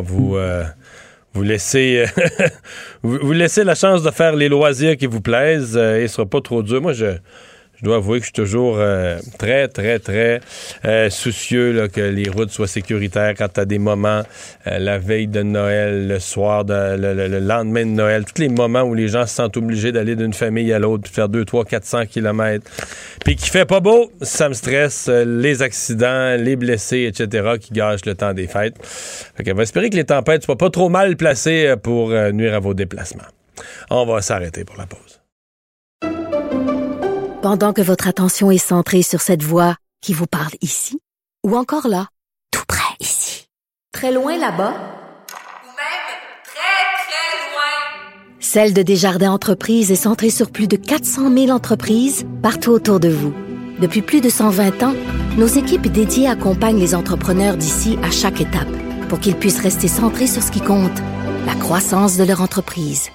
[SPEAKER 5] vous laisser vous laisser la chance de faire les loisirs qui vous plaisent et ne sera pas trop dur. Moi, je dois avouer que je suis toujours très, très, très soucieux là, que les routes soient sécuritaires quand tu as des moments, la veille de Noël, le soir, le lendemain de Noël, tous les moments où les gens se sentent obligés d'aller d'une famille à l'autre, puis faire 200, 300, 400 kilomètres. Puis qu'il fait pas beau, ça me stresse, les accidents, les blessés, etc., qui gâchent le temps des fêtes. Fait qu'on va espérer que les tempêtes soient pas trop mal placées pour nuire à vos déplacements. On va s'arrêter pour la pause.
[SPEAKER 1] Pendant que votre attention est centrée sur cette voix qui vous parle ici, ou encore là, tout près ici, très loin là-bas,
[SPEAKER 2] ou même très, très loin.
[SPEAKER 1] Celle de Desjardins Entreprises est centrée sur plus de 400 000 entreprises partout autour de vous. Depuis plus de 120 ans, nos équipes dédiées accompagnent les entrepreneurs d'ici à chaque étape pour qu'ils puissent rester centrés sur ce qui compte, la croissance de leur entreprise.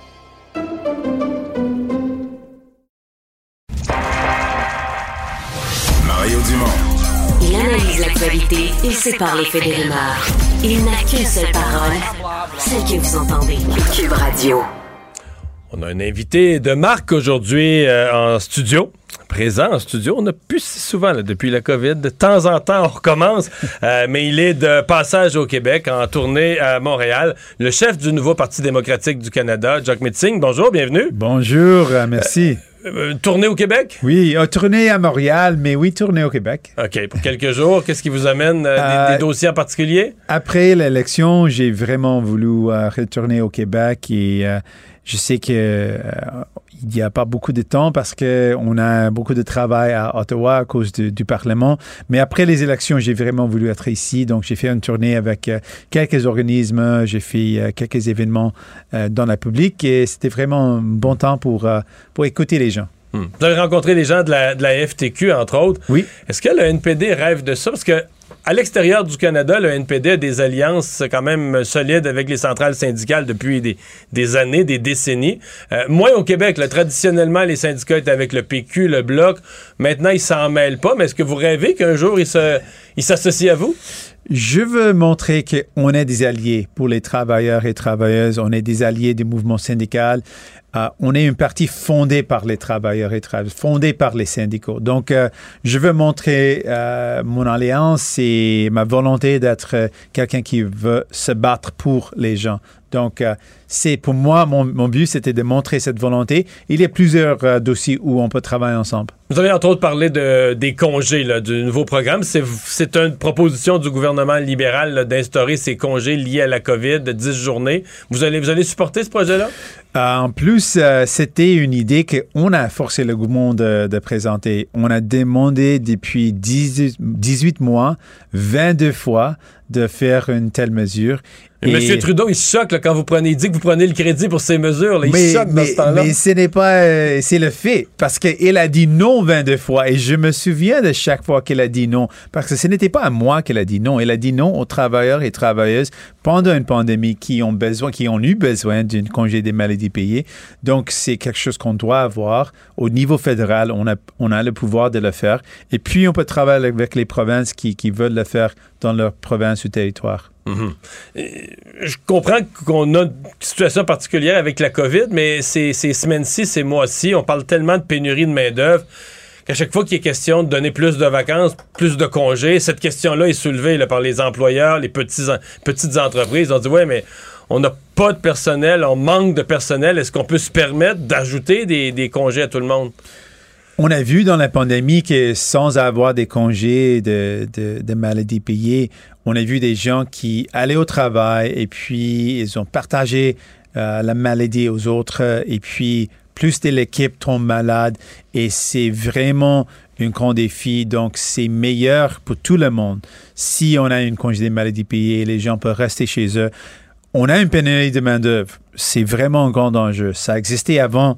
[SPEAKER 4] Mario Dumont.
[SPEAKER 3] Il analyse l'actualité et sépare les faits des rumeurs. Il n'a qu'une seule parole, celle que vous entendez. Cube Radio.
[SPEAKER 5] On a un invité de marque aujourd'hui en studio. Présent en studio. On n'a plus si souvent là, depuis la COVID. De temps en temps, on recommence. Mais il est de passage au Québec, en tournée à Montréal. Le chef du nouveau Parti démocratique du Canada, Jagmeet Singh. Bonjour, bienvenue.
[SPEAKER 10] Bonjour, merci.
[SPEAKER 5] Tournée au Québec?
[SPEAKER 10] Oui, tournée à Montréal, mais oui, tournée au Québec.
[SPEAKER 5] OK, pour quelques jours. Qu'est-ce qui vous amène? Des dossiers en particulier? Après
[SPEAKER 10] l'élection, j'ai vraiment voulu retourner au Québec et je sais que il n'y a pas beaucoup de temps parce qu'on a beaucoup de travail à Ottawa à cause du Parlement. Mais après les élections, j'ai vraiment voulu être ici. Donc, j'ai fait une tournée avec quelques organismes. J'ai fait quelques événements dans la public et c'était vraiment un bon temps pour écouter les gens.
[SPEAKER 5] Vous avez rencontré des gens de la FTQ, entre autres.
[SPEAKER 10] Oui.
[SPEAKER 5] Est-ce que le NPD rêve de ça? Parce que à l'extérieur du Canada, le NPD a des alliances quand même solides avec les centrales syndicales depuis des années, des décennies. Moins au Québec, là, traditionnellement, les syndicats étaient avec le PQ, le Bloc. Maintenant, ils s'en mêlent pas. Mais est-ce que vous rêvez qu'un jour, ils s'associent à vous?
[SPEAKER 10] Je veux montrer qu'on est des alliés pour les travailleurs et travailleuses. On est des alliés du mouvement syndical. On est un parti fondé par les travailleurs et travailleuses, fondé par les syndicats. Donc, je veux montrer mon alliance et ma volonté d'être quelqu'un qui veut se battre pour les gens. Donc, c'est pour moi, mon but, c'était de montrer cette volonté. Il y a plusieurs dossiers où on peut travailler ensemble.
[SPEAKER 5] Vous avez entre autres parlé des congés, là, du nouveau programme. C'est une proposition du gouvernement libéral là, d'instaurer ces congés liés à la COVID de 10 journées. Vous allez supporter ce projet-là?
[SPEAKER 10] En plus, c'était une idée qu'on a forcé le gouvernement de présenter. On a demandé depuis 18 mois, 22 fois, de faire une telle mesure.
[SPEAKER 5] Et M. Trudeau, il se choque là, quand il dit que vous prenez le crédit pour ces mesures. Là, il se choque dans ce temps-là.
[SPEAKER 10] Mais ce n'est pas... c'est le fait. Parce qu'il a dit non 22 fois. Et je me souviens de chaque fois qu'il a dit non. Parce que ce n'était pas à moi qu'il a dit non. Il a dit non aux travailleurs et travailleuses pendant une pandémie qui ont eu besoin d'un congé des maladies payées. Donc, c'est quelque chose qu'on doit avoir. Au niveau fédéral, on a le pouvoir de le faire. Et puis, on peut travailler avec les provinces qui veulent le faire dans leur province ou territoire.
[SPEAKER 5] Je comprends qu'on a une situation particulière avec la COVID, mais ces semaines-ci, ces mois-ci, on parle tellement de pénurie de main-d'œuvre qu'à chaque fois qu'il est question de donner plus de vacances, plus de congés, cette question-là est soulevée là, par les employeurs, les petites entreprises. On dit, ouais, mais on n'a pas de personnel, on manque de personnel. Est-ce qu'on peut se permettre d'ajouter des congés à tout le monde?
[SPEAKER 10] On a vu dans la pandémie que sans avoir des congés de maladies payées, on a vu des gens qui allaient au travail et puis ils ont partagé la maladie aux autres et puis plus de l'équipe tombe malade et c'est vraiment un grand défi. Donc, c'est meilleur pour tout le monde. Si on a une congé de maladies payées, les gens peuvent rester chez eux. On a une pénurie de main-d'œuvre. C'est vraiment un grand enjeu. Ça existait avant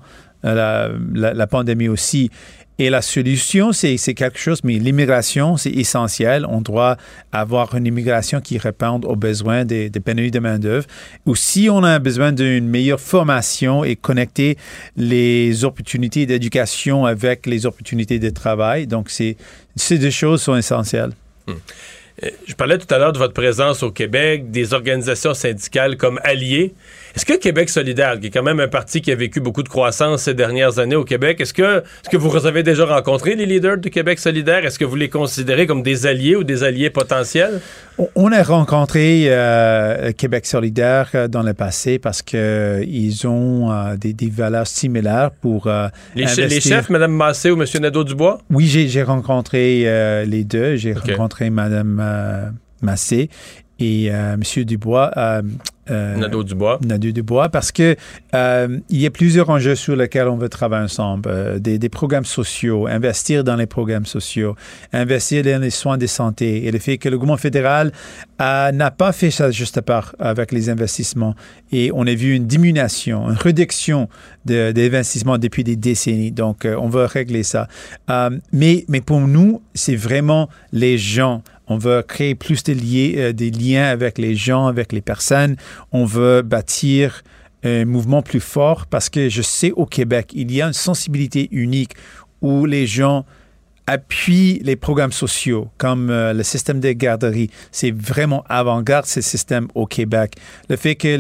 [SPEAKER 10] la pandémie aussi. Et la solution, c'est quelque chose, mais l'immigration, c'est essentiel. On doit avoir une immigration qui réponde aux besoins des pénuries de main-d'œuvre. Aussi, on a besoin d'une meilleure formation et connecter les opportunités d'éducation avec les opportunités de travail. Donc, ces deux choses sont essentielles.
[SPEAKER 5] Je parlais tout à l'heure de votre présence au Québec, des organisations syndicales comme Alliés. Est-ce que Québec solidaire, qui est quand même un parti qui a vécu beaucoup de croissance ces dernières années au Québec, est-ce que vous avez déjà rencontré les leaders de Québec solidaire? Est-ce que vous les considérez comme des alliés ou des alliés potentiels?
[SPEAKER 10] On a rencontré Québec solidaire dans le passé parce qu'ils ont des valeurs similaires pour
[SPEAKER 5] les chefs, Mme Massé ou M. Nadeau-Dubois?
[SPEAKER 10] Oui, j'ai rencontré les deux. J'ai rencontré Mme Massé et M. Dubois. Nadeau-Dubois, parce que il y a plusieurs enjeux sur lesquels on veut travailler ensemble. Des programmes sociaux, investir dans les programmes sociaux, investir dans les soins de santé. Et le fait que le gouvernement fédéral n'a pas fait ça juste part avec les investissements. Et on a vu une diminution, une réduction des investissements depuis des décennies. Donc, on veut régler ça. Mais pour nous, c'est vraiment les gens. On veut créer plus des liens avec les gens, avec les personnes. On veut bâtir un mouvement plus fort parce que je sais au Québec, il y a une sensibilité unique où les gens appuient les programmes sociaux comme le système des garderies. C'est vraiment avant-garde, ce système au Québec. Le fait que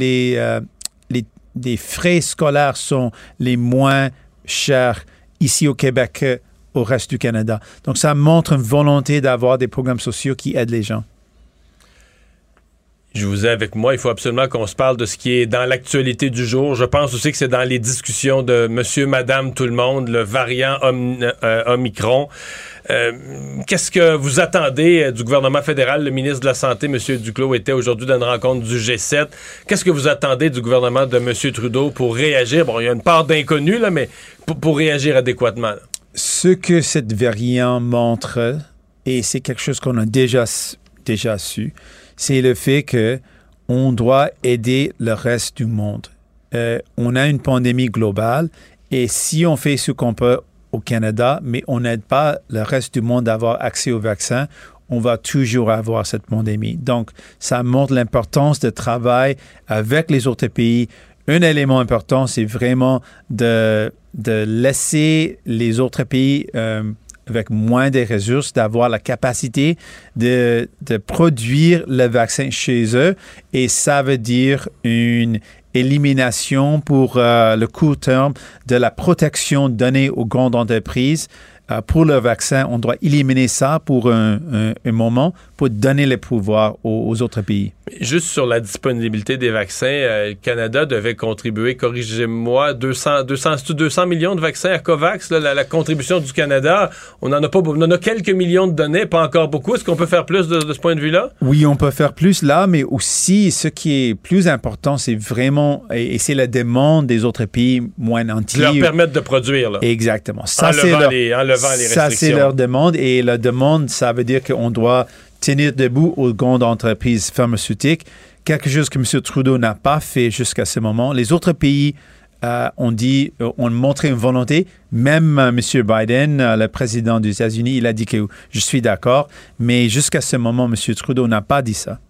[SPEAKER 10] les frais scolaires sont les moins chers ici au Québec au reste du Canada. Donc, ça montre une volonté d'avoir des programmes sociaux qui aident les gens.
[SPEAKER 5] Je vous ai avec moi, il faut absolument qu'on se parle de ce qui est dans l'actualité du jour. Je pense aussi que c'est dans les discussions de monsieur, madame, tout le monde, le variant Omicron. Qu'est-ce que vous attendez du gouvernement fédéral? Le ministre de la Santé, M. Duclos, était aujourd'hui dans une rencontre du G7. Qu'est-ce que vous attendez du gouvernement de M. Trudeau pour réagir? Bon, il y a une part d'inconnu, là, mais pour réagir adéquatement, là.
[SPEAKER 10] Ce que cette variant montre, et c'est quelque chose qu'on a déjà su, c'est le fait qu'on doit aider le reste du monde. On a une pandémie globale et si on fait ce qu'on peut au Canada, mais on n'aide pas le reste du monde à avoir accès au vaccin, on va toujours avoir cette pandémie. Donc, ça montre l'importance de travail avec les autres pays. Un élément important, c'est vraiment de laisser les autres pays avec moins de ressources, d'avoir la capacité de produire le vaccin chez eux. Et ça veut dire une élimination pour le court terme de la protection donnée aux grandes entreprises. Pour le vaccin, on doit éliminer ça pour un moment pour donner le pouvoir aux autres pays.
[SPEAKER 5] Juste sur la disponibilité des vaccins, le Canada devait contribuer, corrigez-moi, 200 millions de vaccins à COVAX, là, la contribution du Canada. On en a quelques millions de données, pas encore beaucoup. Est-ce qu'on peut faire plus de ce point de vue-là?
[SPEAKER 10] Oui, on peut faire plus là, mais aussi ce qui est plus important, c'est vraiment, et c'est la demande des autres pays moins entiers.
[SPEAKER 5] Leur permettre de produire, là.
[SPEAKER 10] Exactement.
[SPEAKER 5] Ça, enlevant les restrictions.
[SPEAKER 10] Ça, c'est leur demande, et la demande, ça veut dire qu'on doit tenir debout aux grandes entreprises pharmaceutiques quelque chose que M. Trudeau n'a pas fait jusqu'à ce moment. Les autres pays ont montré une volonté. Même M. Biden, le président des États-Unis, il a dit que je suis d'accord. Mais jusqu'à ce moment, M. Trudeau n'a pas dit ça.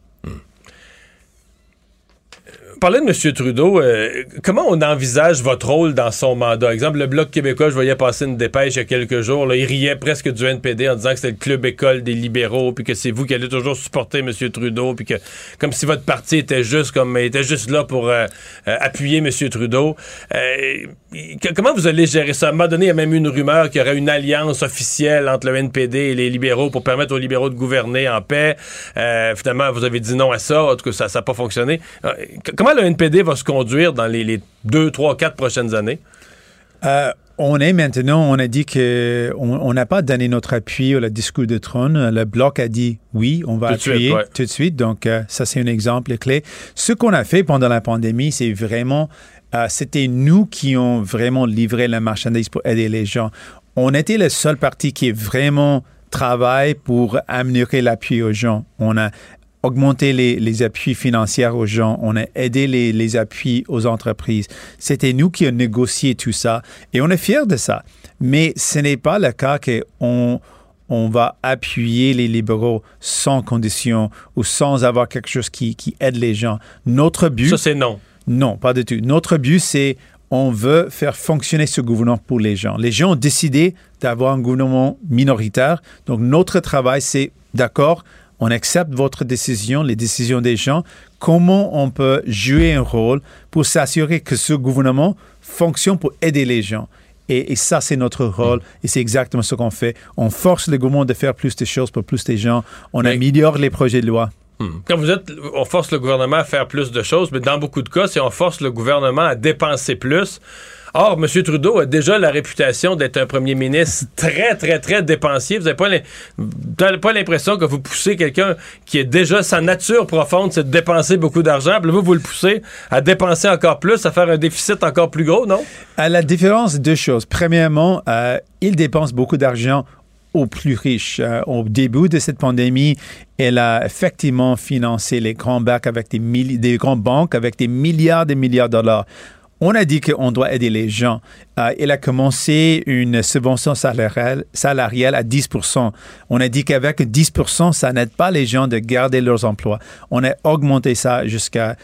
[SPEAKER 5] Parlez de M. Trudeau, comment on envisage votre rôle dans son mandat? Exemple, le Bloc québécois, je voyais passer une dépêche il y a quelques jours, là, il riait presque du NPD en disant que c'était le club école des libéraux, puis que c'est vous qui allez toujours supporter M. Trudeau, puis que comme si votre parti était juste là pour appuyer M. Trudeau. Comment vous allez gérer ça? À un moment donné, il y a même eu une rumeur qu'il y aurait une alliance officielle entre le NPD et les libéraux pour permettre aux libéraux de gouverner en paix. Finalement, vous avez dit non à ça. En tout cas, ça n'a pas fonctionné. Comment le NPD va se conduire dans les 2, 3, 4 prochaines années?
[SPEAKER 10] On a dit qu'on n'a pas donné notre appui au discours de Trône. Le Bloc a dit oui, on va appuyer tout de suite. Donc, ça, c'est un exemple clé. Ce qu'on a fait pendant la pandémie, c'est vraiment... c'était nous qui ont vraiment livré la marchandise pour aider les gens. On était le seul parti qui vraiment travaille pour améliorer l'appui aux gens. On a augmenté les appuis financiers aux gens. On a aidé les appuis aux entreprises. C'était nous qui avons négocié tout ça et on est fiers de ça. Mais ce n'est pas le cas qu'on va appuyer les libéraux sans condition ou sans avoir quelque chose qui aide les gens. Notre but...
[SPEAKER 5] Ça, c'est non.
[SPEAKER 10] Non, pas du tout. Notre but, c'est on veut faire fonctionner ce gouvernement pour les gens. Les gens ont décidé d'avoir un gouvernement minoritaire. Donc, notre travail, c'est d'accord, on accepte votre décision, les décisions des gens. Comment on peut jouer un rôle pour s'assurer que ce gouvernement fonctionne pour aider les gens? Et ça, c'est notre rôle. Et c'est exactement ce qu'on fait. On force le gouvernement de faire plus de choses pour plus de gens. On améliore les projets de loi.
[SPEAKER 5] Quand vous dites on force le gouvernement à faire plus de choses, mais dans beaucoup de cas, c'est on force le gouvernement à dépenser plus. Or, M. Trudeau a déjà la réputation d'être un premier ministre très, très, très dépensier. Vous n'avez pas l'impression que vous poussez quelqu'un qui est déjà sa nature profonde, c'est de dépenser beaucoup d'argent. Puis là, vous le poussez à dépenser encore plus, à faire un déficit encore plus gros, non? À
[SPEAKER 10] la différence, deux choses. Premièrement, il dépense beaucoup d'argent aux plus riches. Au début de cette pandémie, elle a effectivement financé les grands banques avec des grandes banques avec des milliards de dollars. On a dit qu'on doit aider les gens. Elle a commencé une subvention salariale à 10%. On a dit qu'avec 10%, ça n'aide pas les gens de garder leurs emplois. On a augmenté ça jusqu'à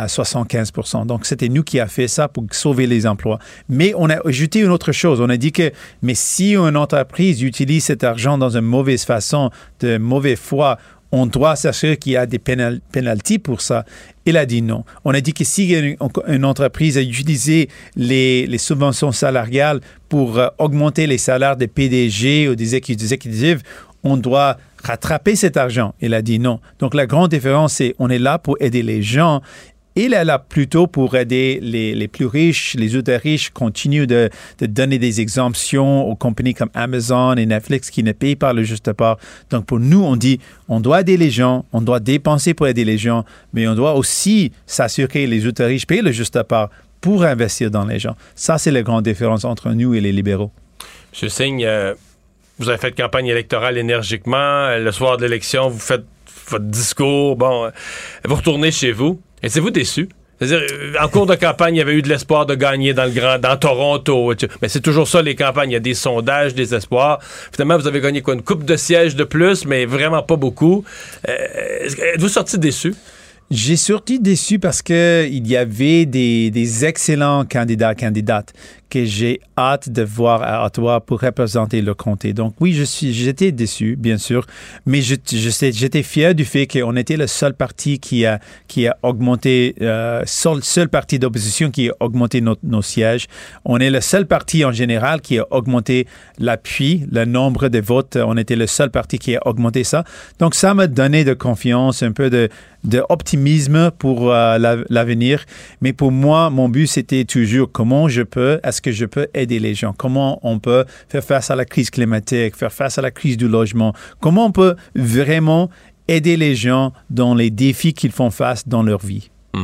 [SPEAKER 10] 75%. Donc, c'était nous qui avons fait ça pour sauver les emplois. Mais on a ajouté une autre chose. On a dit que, mais si une entreprise utilise cet argent dans une mauvaise façon, de mauvaise foi, on doit s'assurer qu'il y a des pénalties pour ça. Il a dit non. On a dit que si une entreprise a utilisé les subventions salariales pour augmenter les salaires des PDG ou des exécutifs, on doit rattraper cet argent. Il a dit non. Donc, la grande différence, c'est on est là pour aider les gens. Il est là plutôt pour aider les plus riches. Les ultra riches continuent de donner des exemptions aux compagnies comme Amazon et Netflix qui ne payent pas le juste part. Donc, pour nous, on dit on doit aider les gens, on doit dépenser pour aider les gens, mais on doit aussi s'assurer que les ultra riches payent le juste part pour investir dans les gens. Ça, c'est la grande différence entre nous et les libéraux.
[SPEAKER 5] M. Singh, vous avez fait campagne électorale énergiquement. Le soir de l'élection, vous faites votre discours. Bon, vous retournez chez vous. Êtes-vous déçu? C'est-à-dire, en cours de campagne, il y avait eu de l'espoir de gagner dans Toronto. Mais c'est toujours ça, les campagnes. Il y a des sondages, des espoirs. Finalement, vous avez gagné quoi? Une coupe de sièges de plus, mais vraiment pas beaucoup. Êtes-vous sorti déçu?
[SPEAKER 10] J'ai sorti déçu parce qu'il y avait des excellents candidates que j'ai hâte de voir à Ottawa pour représenter le comté. Donc oui, j'étais déçu, bien sûr, mais j'étais fier du fait qu'on était le seul parti qui a augmenté, seul parti d'opposition qui a augmenté nos sièges. On est le seul parti en général qui a augmenté l'appui, le nombre de votes. On était le seul parti qui a augmenté ça. Donc ça m'a donné de confiance, un peu d'optimisme pour l'avenir. Mais pour moi, mon but, c'était toujours est-ce que je peux aider les gens? Comment on peut faire face à la crise climatique, faire face à la crise du logement? Comment on peut vraiment aider les gens dans les défis qu'ils font face dans leur vie?
[SPEAKER 5] Il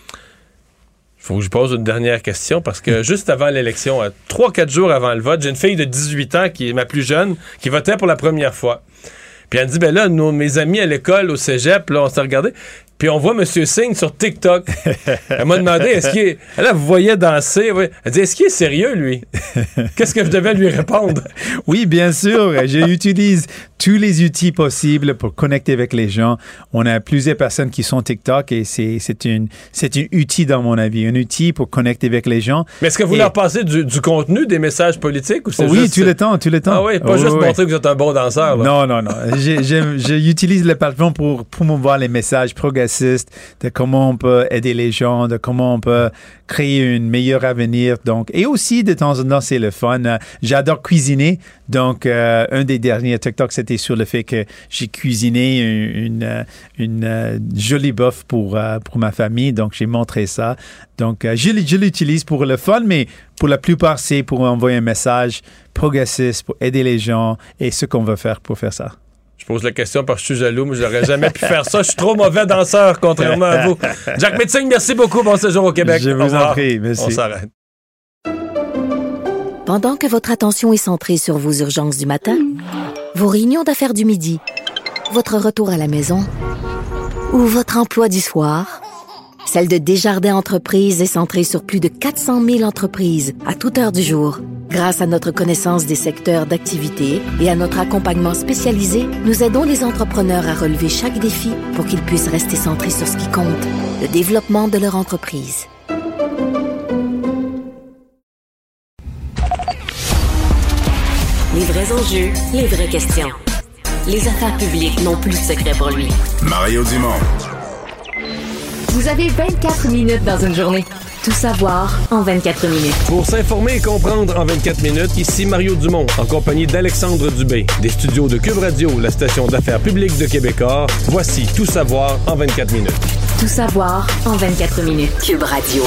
[SPEAKER 5] faut que je pose une dernière question parce que juste avant l'élection, 3-4 jours avant le vote, j'ai une fille de 18 ans qui est ma plus jeune, qui votait pour la première fois. Puis elle me dit, ben là, mes amis à l'école, au cégep, là, on s'est regardé. Puis on voit M. Singh sur TikTok. Elle m'a demandé, elle vous voyait danser. Oui. Elle dit, est-ce qu'il est sérieux, lui? Qu'est-ce que je devais lui répondre?
[SPEAKER 10] Oui, bien sûr. J'utilise tous les outils possibles pour connecter avec les gens. On a plusieurs personnes qui sont TikTok et c'est un outil, dans mon avis, un outil pour connecter avec les gens. Mais
[SPEAKER 5] est-ce que vous leur passez du contenu, des messages politiques? Ou c'est juste...
[SPEAKER 10] tout le temps. Ah
[SPEAKER 5] oui, pas juste montrer que vous êtes un bon danseur. Là.
[SPEAKER 10] Non. J'utilise le plateforme pour promouvoir les messages progressistes, de comment on peut aider les gens, de comment on peut créer un meilleur avenir. Donc, et aussi, de temps en temps, c'est le fun. J'adore cuisiner. Donc, un des derniers TikTok, c'était sur le fait que j'ai cuisiné une jolie boeuf pour ma famille. Donc, j'ai montré ça. Donc, je l'utilise pour le fun, mais pour la plupart, c'est pour envoyer un message progressiste, pour aider les gens et ce qu'on veut faire pour faire ça.
[SPEAKER 5] Je pose la question parce que je suis jaloux, mais j'aurais jamais pu faire ça. Je suis trop mauvais danseur, contrairement à vous. Jack Metzing, merci beaucoup. Bon séjour au Québec.
[SPEAKER 10] Je vous en prie. Merci.
[SPEAKER 5] On s'arrête.
[SPEAKER 1] Pendant que votre attention est centrée sur vos urgences du matin, vos réunions d'affaires du midi, votre retour à la maison ou votre emploi du soir, celle de Desjardins Entreprises est centrée sur plus de 400 000 entreprises à toute heure du jour. Grâce à notre connaissance des secteurs d'activité et à notre accompagnement spécialisé, nous aidons les entrepreneurs à relever chaque défi pour qu'ils puissent rester centrés sur ce qui compte, le développement de leur entreprise.
[SPEAKER 3] Les vrais enjeux, les vraies questions. Les affaires publiques n'ont plus de secret pour lui.
[SPEAKER 4] Mario Dumont.
[SPEAKER 3] Vous avez 24 minutes dans une journée. Tout savoir en 24 minutes.
[SPEAKER 5] Pour s'informer et comprendre en 24 minutes, ici Mario Dumont, en compagnie d'Alexandre Dubé. Des studios de Cube Radio, la station d'affaires publique de Québécois. Voici Tout savoir en 24 minutes.
[SPEAKER 3] Tout savoir en 24 minutes. Cube Radio.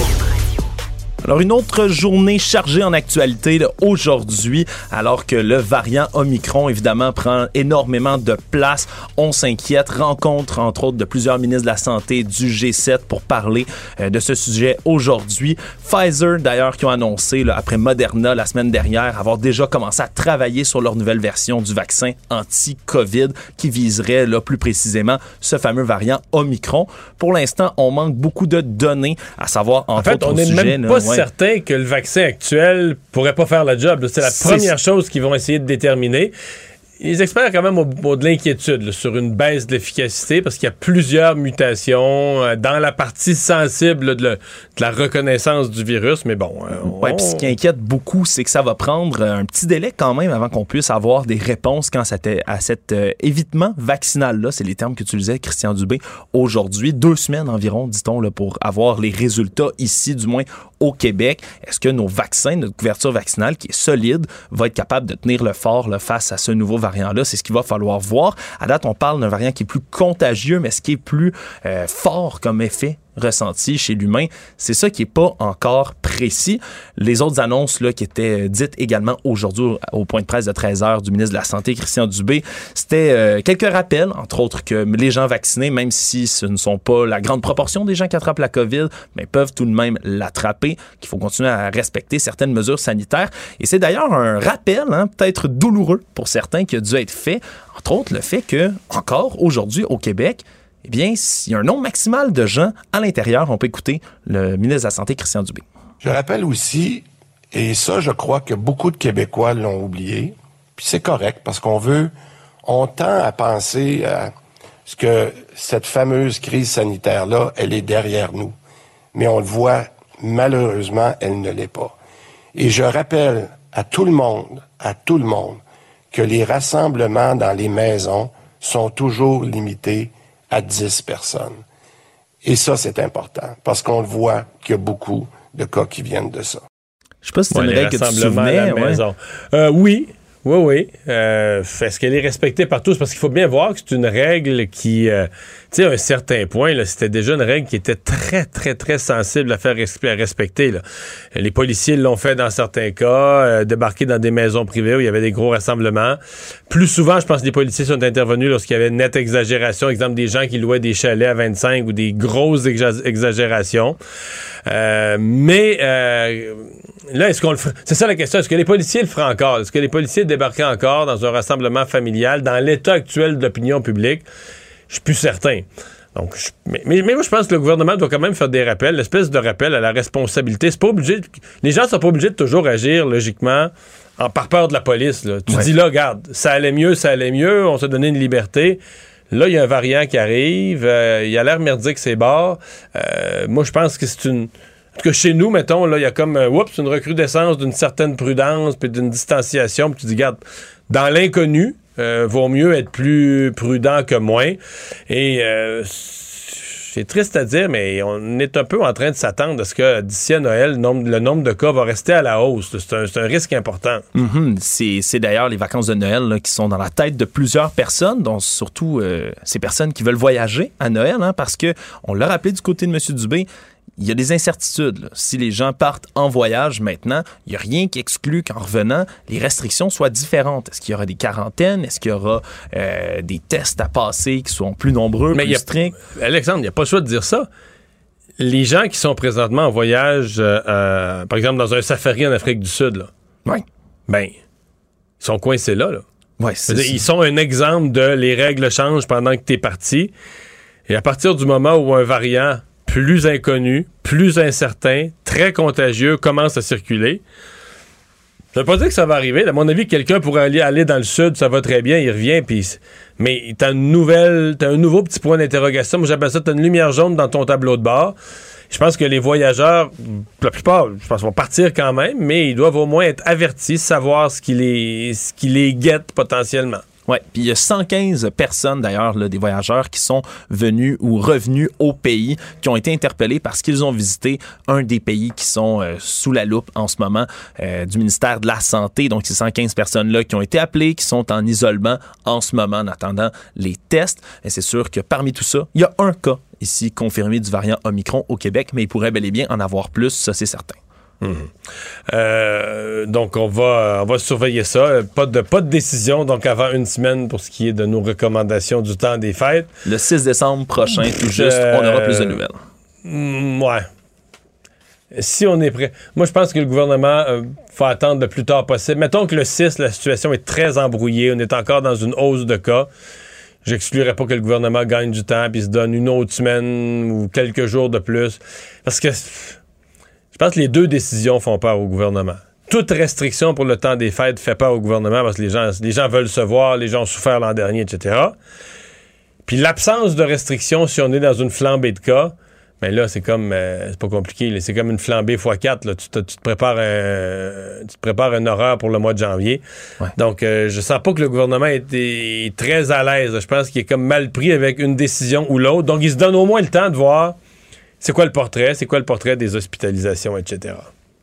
[SPEAKER 6] Alors, une autre journée chargée en actualité là, aujourd'hui, alors que le variant Omicron, évidemment, prend énormément de place. On s'inquiète. Rencontre, entre autres, de plusieurs ministres de la Santé du G7 pour parler de ce sujet aujourd'hui. Pfizer, d'ailleurs, qui ont annoncé, là, après Moderna la semaine dernière, avoir déjà commencé à travailler sur leur nouvelle version du vaccin anti-COVID qui viserait, là, plus précisément, ce fameux variant Omicron. Pour l'instant, on manque beaucoup de données, à savoir, entre autres,
[SPEAKER 5] on est même pas certain que le vaccin actuel pourrait pas faire la job. C'est la première chose qu'ils vont essayer de déterminer. Les experts, quand même, ont de l'inquiétude là, sur une baisse de l'efficacité parce qu'il y a plusieurs mutations dans la partie sensible là, de la reconnaissance du virus. Mais bon...
[SPEAKER 6] Oui, puis ce qui inquiète beaucoup, c'est que ça va prendre un petit délai quand même avant qu'on puisse avoir des réponses quant à cet évitement vaccinal-là. C'est les termes qu'utilisait Christian Dubé aujourd'hui. 2 semaines environ, dit-on, là, pour avoir les résultats ici, du moins au Québec. Est-ce que nos vaccins, notre couverture vaccinale qui est solide, va être capable de tenir le fort là, face à ce nouveau variant-là? C'est ce qu'il va falloir voir. À date, on parle d'un variant qui est plus contagieux, mais ce qui est plus fort comme effet ressenti chez l'humain, c'est ça qui n'est pas encore précis. Les autres annonces là, qui étaient dites également aujourd'hui au point de presse de 13h du ministre de la Santé, Christian Dubé, c'était quelques rappels, entre autres, que les gens vaccinés, même si ce ne sont pas la grande proportion des gens qui attrapent la COVID, mais peuvent tout de même l'attraper, qu'il faut continuer à respecter certaines mesures sanitaires. Et c'est d'ailleurs un rappel, peut-être douloureux pour certains, qui a dû être fait, entre autres le fait que, encore aujourd'hui au Québec, eh bien, il y a un nombre maximal de gens à l'intérieur. On peut écouter le ministre de la Santé, Christian Dubé.
[SPEAKER 11] Je rappelle aussi, et ça, je crois que beaucoup de Québécois l'ont oublié, puis c'est correct, parce on tend à penser à ce que cette fameuse crise sanitaire-là, elle est derrière nous. Mais on le voit, malheureusement, elle ne l'est pas. Et je rappelle à tout le monde, que les rassemblements dans les maisons sont toujours limités à 10 personnes. Et ça, c'est important, parce qu'on le voit qu'il y a beaucoup de cas qui viennent de ça.
[SPEAKER 6] Je sais pas si c'est une règle que tu te souvenais.
[SPEAKER 5] À la maison. Oui. Est-ce qu'elle est respectée par tous? Parce qu'il faut bien voir que c'est une règle qui, tu sais, à un certain point, là, c'était déjà une règle qui était très, très, très sensible à faire respecter. Là. Les policiers l'ont fait dans certains cas, débarquer dans des maisons privées où il y avait des gros rassemblements. Plus souvent, je pense que les policiers sont intervenus lorsqu'il y avait une nette exagération, exemple des gens qui louaient des chalets à 25 ou des grosses exagérations. Mais là, est-ce qu'on le ferait? C'est ça la question. Est-ce que les policiers le feraient encore? Est-ce que les policiers débarqueraient encore dans un rassemblement familial dans l'état actuel de l'opinion publique? Je suis plus certain. Donc, mais moi, je pense que le gouvernement doit quand même faire des rappels, l'espèce de rappel à la responsabilité. C'est pas obligé. Les gens sont pas obligés de toujours agir logiquement par peur de la police. Là. Tu dis là, regarde, ça allait mieux, on s'est donné une liberté. Là, il y a un variant qui arrive, il a l'air merdique, c'est barre. Moi, je pense que c'est une... En tout cas, chez nous, mettons, là, il y a comme une recrudescence d'une certaine prudence puis d'une distanciation. Puis tu dis, regarde, dans l'inconnu, vaut mieux être plus prudent que moins. Et c'est triste à dire, mais on est un peu en train de s'attendre à ce que d'ici à Noël, le nombre de cas va rester à la hausse. C'est un risque important.
[SPEAKER 6] C'est d'ailleurs les vacances de Noël là, qui sont dans la tête de plusieurs personnes, dont surtout ces personnes qui veulent voyager à Noël, hein, parce que on l'a rappelé du côté de M. Dubé, il y a des incertitudes. Là. Si les gens partent en voyage maintenant, il n'y a rien qui exclut qu'en revenant, les restrictions soient différentes. Est-ce qu'il y aura des quarantaines? Est-ce qu'il y aura des tests à passer qui seront plus nombreux, plus stricts?
[SPEAKER 5] Alexandre, il n'y a pas le choix de dire ça. Les gens qui sont présentement en voyage, par exemple dans un safari en Afrique du Sud, là, ils sont coincés là. Ils sont un exemple de les règles changent pendant que tu es parti. Et à partir du moment où un variant plus inconnu, plus incertain, très contagieux, commence à circuler. Ça veut pas dire que ça va arriver. À mon avis, quelqu'un pourrait aller dans le sud, ça va très bien, il revient, mais t'as un nouveau petit point d'interrogation. Moi, j'appelle ça, t'as une lumière jaune dans ton tableau de bord. Je pense que les voyageurs, la plupart, je pense, vont partir quand même, mais ils doivent au moins être avertis, savoir ce qui les guette potentiellement.
[SPEAKER 6] Oui, puis il y a 115 personnes, d'ailleurs, là, des voyageurs qui sont venus ou revenus au pays, qui ont été interpellés parce qu'ils ont visité un des pays qui sont sous la loupe en ce moment du ministère de la Santé. Donc, ces 115 personnes-là qui ont été appelées, qui sont en isolement en ce moment en attendant les tests. Et c'est sûr que parmi tout ça, il y a un cas ici confirmé du variant Omicron au Québec, mais il pourrait bel et bien en avoir plus, ça c'est certain.
[SPEAKER 5] Donc on va surveiller ça. Pas de décision donc avant une semaine pour ce qui est de nos recommandations du temps des fêtes.
[SPEAKER 6] Le 6 décembre prochain, tout juste, on aura plus de nouvelles.
[SPEAKER 5] Ouais. Si on est prêt. Moi, je pense que le gouvernement faut attendre le plus tard possible. Mettons que le 6, la situation est très embrouillée. On est encore dans une hausse de cas. J'exclurais pas que le gouvernement gagne du temps puis se donne une autre semaine ou quelques jours de plus. Parce que je pense que les deux décisions font peur au gouvernement. Toute restriction pour le temps des fêtes fait peur au gouvernement parce que les gens veulent se voir, les gens ont souffert l'an dernier, etc. Puis l'absence de restriction, si on est dans une flambée de cas, ben là, c'est comme, c'est pas compliqué, là, c'est comme une flambée x4. Là. Tu te prépares une horreur pour le mois de janvier. Ouais. Donc, je sens pas que le gouvernement est très à l'aise. Je pense qu'il est comme mal pris avec une décision ou l'autre. Donc, il se donne au moins le temps de voir c'est quoi le portrait des hospitalisations, etc.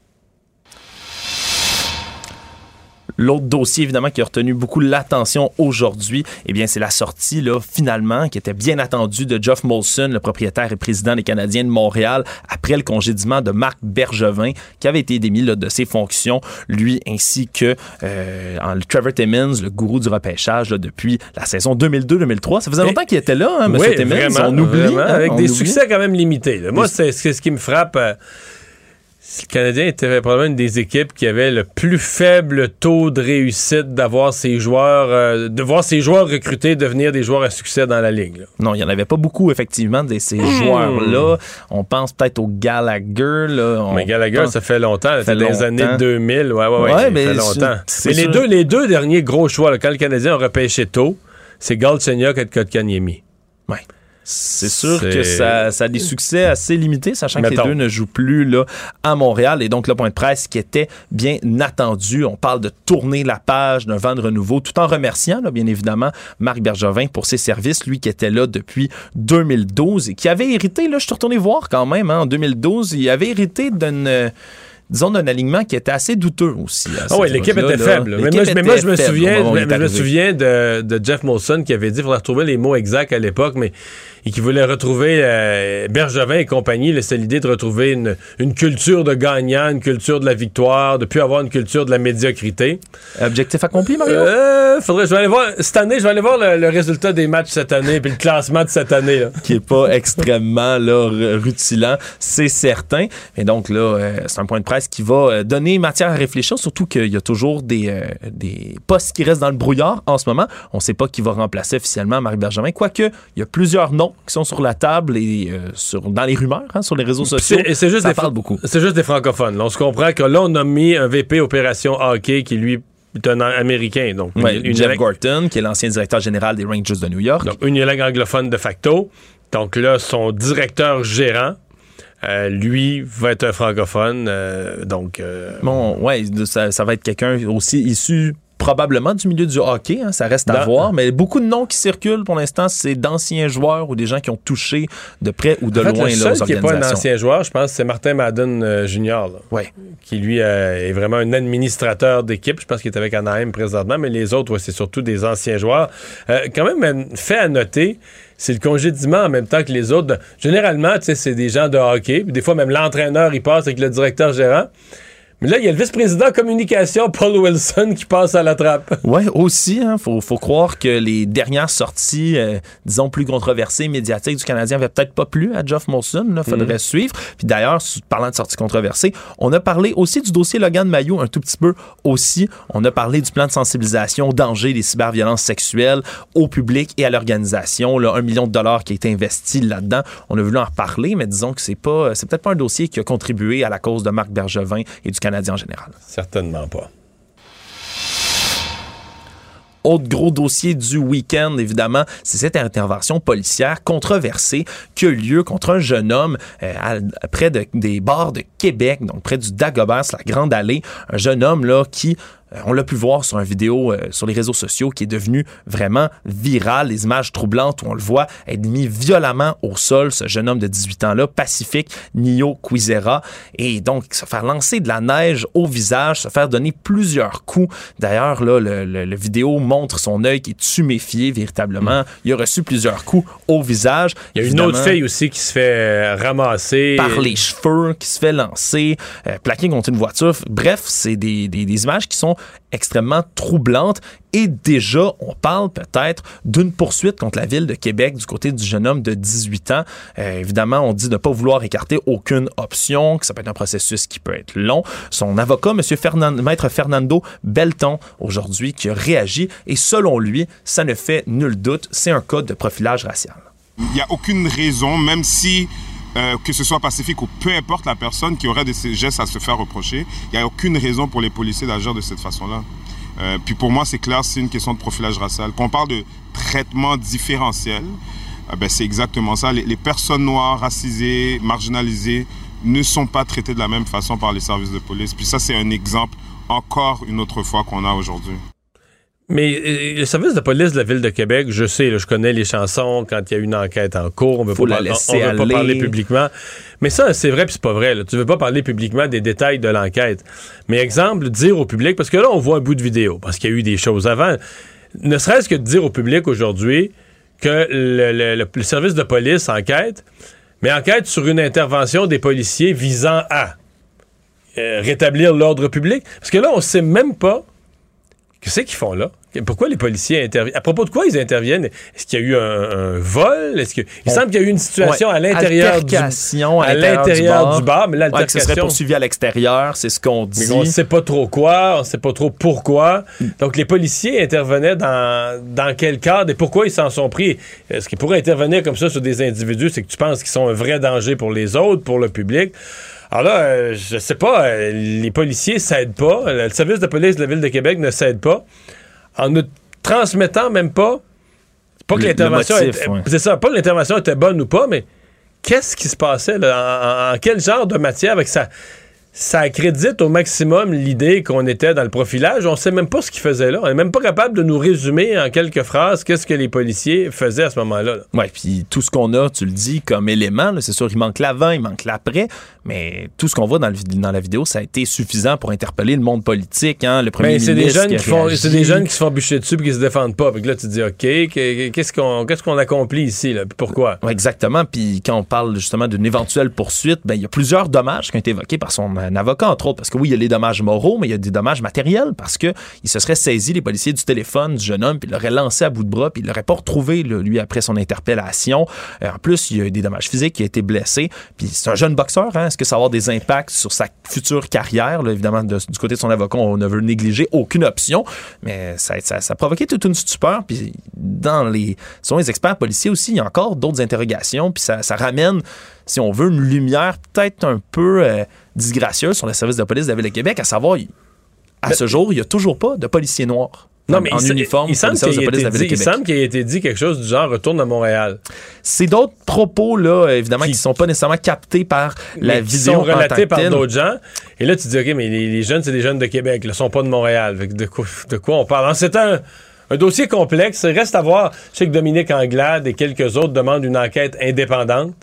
[SPEAKER 6] L'autre dossier, évidemment, qui a retenu beaucoup l'attention aujourd'hui, eh bien, c'est la sortie, là, finalement, qui était bien attendue de Geoff Molson, le propriétaire et président des Canadiens de Montréal, après le congédiement de Marc Bergevin, qui avait été démis là, de ses fonctions, lui ainsi que Trevor Timmins, le gourou du repêchage, là, depuis la saison 2002-2003. Ça faisait longtemps qu'il était là, hein, M. Timmins.
[SPEAKER 5] Vraiment,
[SPEAKER 6] on oublie.
[SPEAKER 5] Vraiment, avec des succès quand même limités. Là. Moi, c'est ce qui me frappe... le Canadien était probablement une des équipes qui avait le plus faible taux de réussite d'avoir ses joueurs, de voir ses joueurs recrutés devenir des joueurs à succès dans la Ligue. Là.
[SPEAKER 6] Non, il n'y en avait pas beaucoup, effectivement, de ces joueurs-là. On pense peut-être au Gallagher. Là.
[SPEAKER 5] Mais Gallagher, ça fait longtemps. C'était dans les années 2000. Ouais, mais ça fait longtemps. Mais les deux derniers gros choix, là, quand le Canadien a repêché tôt, c'est Galchenyuk et Kotkaniemi.
[SPEAKER 6] Oui. C'est sûr que ça a des succès assez limités, sachant que les deux ne jouent plus là, à Montréal. Et donc, le point de presse qui était bien attendu. On parle de tourner la page d'un vent de renouveau, tout en remerciant, là, bien évidemment, Marc Bergevin pour ses services. Lui qui était là depuis 2012 et qui avait hérité, là, je suis retourné voir quand même, hein, en 2012, il avait hérité d'un alignement qui était assez douteux aussi.
[SPEAKER 5] Ah oui, l'équipe était faible. Mais moi, je me souviens de Geoff Molson qui avait dit qu'il faudrait retrouver les mots exacts à l'époque, mais et qui voulait retrouver Bergevin et compagnie. C'est l'idée de retrouver une culture de gagnant, une culture de la victoire, de plus avoir une culture de la médiocrité.
[SPEAKER 6] Objectif accompli, Mario?
[SPEAKER 5] Je vais aller voir, cette année, le résultat des matchs cette année, puis le classement de cette année. Là.
[SPEAKER 6] Qui est pas extrêmement là, rutilant, c'est certain. Et donc là, c'est un point de presse est-ce qu'il va donner matière à réfléchir, surtout qu'il y a toujours des postes qui restent dans le brouillard en ce moment. On ne sait pas qui va remplacer officiellement Marc Bergevin, quoique il y a plusieurs noms qui sont sur la table et dans les rumeurs, sur les réseaux sociaux. Ça parle beaucoup.
[SPEAKER 5] C'est juste des francophones. Là, on se comprend que là, on a mis un VP Opération Hockey qui, lui, est un Américain. Donc,
[SPEAKER 6] Jeff Gorton, qui est l'ancien directeur général des Rangers de New York.
[SPEAKER 5] Donc, une langue anglophone de facto. Donc là, son directeur gérant, lui, va être un francophone.
[SPEAKER 6] Ça va être quelqu'un aussi issu probablement du milieu du hockey, ça reste à voir, mais beaucoup de noms qui circulent pour l'instant, c'est d'anciens joueurs ou des gens qui ont touché de près ou de loin
[SPEAKER 5] le seul
[SPEAKER 6] aux organisations.
[SPEAKER 5] Qui n'est pas un ancien joueur, je pense, c'est Martin Madden Jr., qui lui est vraiment un administrateur d'équipe. Je pense qu'il est avec Anaheim présentement, mais les autres, c'est surtout des anciens joueurs. Quand même, un fait à noter, c'est le congédiement en même temps que les autres. Généralement, c'est des gens de hockey, puis des fois même l'entraîneur, il passe avec le directeur gérant. Mais là, il y a le vice-président communication, Paul Wilson, qui passe à la trappe.
[SPEAKER 6] Oui, aussi. Faut croire que les dernières sorties, disons, plus controversées, médiatiques du Canadien avaient peut-être pas plu à Geoff Molson. Il faudrait suivre. Puis d'ailleurs, parlant de sorties controversées, on a parlé aussi du dossier Logan Mailloux un tout petit peu aussi. On a parlé du plan de sensibilisation au danger des cyberviolences sexuelles au public et à l'organisation. Là, 1 million de dollars qui a été investi là-dedans. On a voulu en reparler, mais disons que c'est peut-être pas un dossier qui a contribué à la cause de Marc Bergevin et du Canadien en général.
[SPEAKER 5] Certainement pas.
[SPEAKER 6] Autre gros dossier du week-end, évidemment, c'est cette intervention policière controversée qui a eu lieu contre un jeune homme près des bars de Québec, donc près du Dagobert, c'est la Grande Allée. Un jeune homme là qui... on l'a pu voir sur une vidéo sur les réseaux sociaux qui est devenue vraiment virale. Les images troublantes où on le voit être mis violemment au sol, ce jeune homme de 18 ans-là, Pacifique Nio Quizera. Et donc, se faire lancer de la neige au visage, se faire donner plusieurs coups. D'ailleurs, là, le vidéo montre son œil qui est tuméfié véritablement. Il a reçu plusieurs coups au visage.
[SPEAKER 5] Il y a une autre fille aussi qui se fait ramasser.
[SPEAKER 6] Par les cheveux, qui se fait lancer, plaquer contre une voiture. Bref, c'est des images qui sont extrêmement troublante et déjà, on parle peut-être d'une poursuite contre la Ville de Québec du côté du jeune homme de 18 ans. Évidemment, on dit ne pas vouloir écarter aucune option, que ça peut être un processus qui peut être long. Son avocat, Maître Fernando Belton, aujourd'hui, qui a réagi et selon lui, ça ne fait nul doute, c'est un cas de profilage racial.
[SPEAKER 12] Il n'y a aucune raison, même si que ce soit Pacifique ou peu importe la personne qui aurait des gestes à se faire reprocher, il n'y a aucune raison pour les policiers d'agir de cette façon-là. Puis pour moi, c'est clair, c'est une question de profilage racial. Quand on parle de traitement différentiel, c'est exactement ça. Les personnes noires, racisées, marginalisées ne sont pas traitées de la même façon par les services de police. Puis ça, c'est un exemple, encore une autre fois, qu'on a aujourd'hui.
[SPEAKER 5] Mais le service de police de la Ville de Québec, je sais, là, je connais les chansons quand il y a une enquête en cours, on ne veut pas parler publiquement. Mais ça, c'est vrai puis c'est pas vrai. Là. Tu veux pas parler publiquement des détails de l'enquête. Mais exemple, dire au public, parce que là, on voit un bout de vidéo, parce qu'il y a eu des choses avant, ne serait-ce que de dire au public aujourd'hui que le service de police enquête, mais enquête sur une intervention des policiers visant à rétablir l'ordre public. Parce que là, on sait même pas qu'est-ce qu'ils font là? Pourquoi les policiers interviennent? À propos de quoi ils interviennent? Est-ce qu'il y a eu un vol? Il semble qu'il y a eu une situation à l'intérieur du bar, mais là, l'altercation...
[SPEAKER 6] que ce serait poursuivi à l'extérieur, c'est ce qu'on dit.
[SPEAKER 5] Mais on ne sait pas trop quoi, on ne sait pas trop pourquoi. Donc, les policiers intervenaient dans quel cadre et pourquoi ils s'en sont pris? Est-ce qu'ils pourraient intervenir comme ça sur des individus? C'est que tu penses qu'ils sont un vrai danger pour les autres, pour le public? Alors là, je sais pas, les policiers s'aident pas. Le service de police de la Ville de Québec ne s'aide pas. En ne transmettant même pas, que l'intervention c'est ça, pas que l'intervention était bonne ou pas, mais qu'est-ce qui se passait là, en quel genre de matière avec ça accrédite au maximum l'idée qu'on était dans le profilage. On sait même pas ce qu'ils faisaient là. On est même pas capable de nous résumer en quelques phrases qu'est-ce que les policiers faisaient à ce moment-là.
[SPEAKER 6] Oui, puis tout ce qu'on a, tu le dis, comme élément, là, c'est sûr, il manque l'avant, il manque l'après, mais tout ce qu'on voit dans la vidéo, ça a été suffisant pour interpeller le monde politique, hein, le premier ministre.
[SPEAKER 5] C'est des jeunes qui se font bûcher dessus et qui se défendent pas. Puis là, tu te dis, OK, qu'est-ce qu'on accomplit ici, là, puis pourquoi?
[SPEAKER 6] Ouais, exactement. Puis quand on parle justement d'une éventuelle poursuite, il y a plusieurs dommages qui ont été évoqués par son un avocat, entre autres, parce que oui, il y a les dommages moraux, mais il y a des dommages matériels, parce que il se serait saisi, les policiers, du téléphone du jeune homme, puis il l'aurait lancé à bout de bras, puis il l'aurait pas retrouvé, là, lui, après son interpellation. En plus, il y a eu des dommages physiques, il a été blessé, puis c'est un jeune boxeur, hein? Est-ce que ça va avoir des impacts sur sa future carrière? Là, évidemment, du côté de son avocat, on ne veut négliger aucune option, mais ça a provoqué toute une stupeur, puis selon les experts policiers aussi, il y a encore d'autres interrogations, puis ça ramène, si on veut, une lumière peut-être un peu disgracieuse sur le service de police de la Ville de Québec, à savoir, à ce jour, il n'y a toujours pas de policiers noirs.
[SPEAKER 5] Non, mais
[SPEAKER 6] en uniforme.
[SPEAKER 5] Il semble qu'il ait été dit quelque chose du genre « retourne à Montréal ». C'est
[SPEAKER 6] d'autres propos, là, évidemment, qui ne sont pas nécessairement captés par la vidéo.
[SPEAKER 5] Qui sont relatés par d'autres gens. Et là, tu te dis, OK, mais les jeunes, c'est des jeunes de Québec, ils ne sont pas de Montréal. De quoi on parle? Alors, c'est un dossier complexe. Il reste à voir. Je sais que Dominique Anglade et quelques autres demandent une enquête indépendante.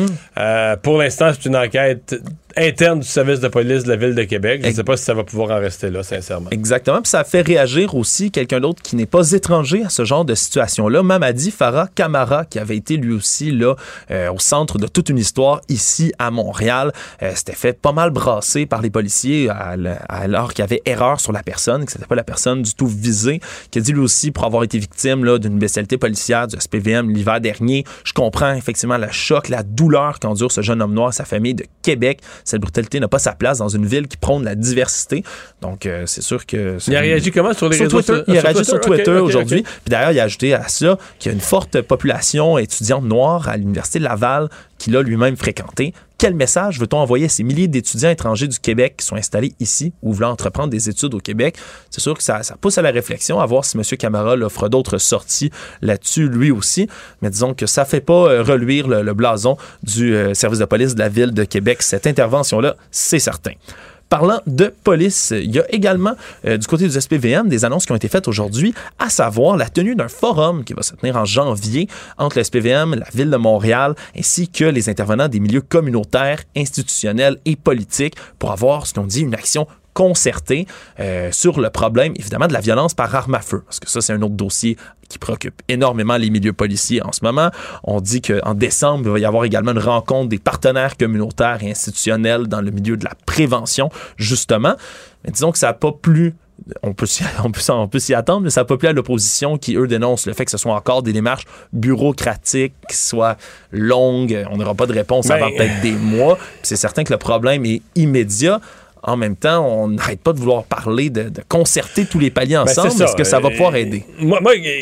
[SPEAKER 5] Pour l'instant, c'est une enquête interne du service de police de la Ville de Québec. Je ne sais pas si ça va pouvoir en rester là, sincèrement.
[SPEAKER 6] Exactement. Puis ça fait réagir aussi quelqu'un d'autre qui n'est pas étranger à ce genre de situation-là. Mamadi Farah Camara, qui avait été lui aussi là au centre de toute une histoire ici à Montréal. S'était fait pas mal brasser par les policiers alors qu'il y avait erreur sur la personne, que c'était pas la personne du tout visée, qui a dit lui aussi pour avoir été victime là, d'une bestialité policière du SPVM l'hiver dernier. Je comprends effectivement le choc, la douleur qu'endure ce jeune homme noir et sa famille de Québec. Cette brutalité n'a pas sa place dans une ville qui prône la diversité. Donc, c'est sûr que...
[SPEAKER 5] Il a réagi comment sur les réseaux sociaux?
[SPEAKER 6] Il a réagi sur Twitter aujourd'hui. Puis d'ailleurs, il a ajouté à ça qu'il y a une forte population étudiante noire à l'Université de Laval qu'il a lui-même fréquenté. Quel message veut-on envoyer à ces milliers d'étudiants étrangers du Québec qui sont installés ici ou voulant entreprendre des études au Québec? C'est sûr que ça pousse à la réflexion, à voir si M. Camara fera d'autres sorties là-dessus, lui aussi. Mais disons que ça ne fait pas reluire le blason du service de police de la Ville de Québec. Cette intervention-là, c'est certain. Parlant de police, il y a également du côté du SPVM des annonces qui ont été faites aujourd'hui, à savoir la tenue d'un forum qui va se tenir en janvier entre le SPVM, la Ville de Montréal, ainsi que les intervenants des milieux communautaires, institutionnels et politiques pour avoir, ce qu'on dit, une action concertée sur le problème, évidemment, de la violence par arme à feu. Parce que ça, c'est un autre dossier qui préoccupe énormément les milieux policiers en ce moment. On dit qu'en décembre, il va y avoir également une rencontre des partenaires communautaires et institutionnels dans le milieu de la prévention, justement. Mais disons que ça n'a pas plu. On peut s'y attendre, mais ça n'a pas plu à l'opposition qui, eux, dénoncent le fait que ce soit encore des démarches bureaucratiques qui soient longues. On n'aura pas de réponse avant peut-être des mois. Puis c'est certain que le problème est immédiat. En même temps, on n'arrête pas de vouloir parler de concerter tous les paliers ensemble. Est-ce que ça va pouvoir aider?
[SPEAKER 5] Moi,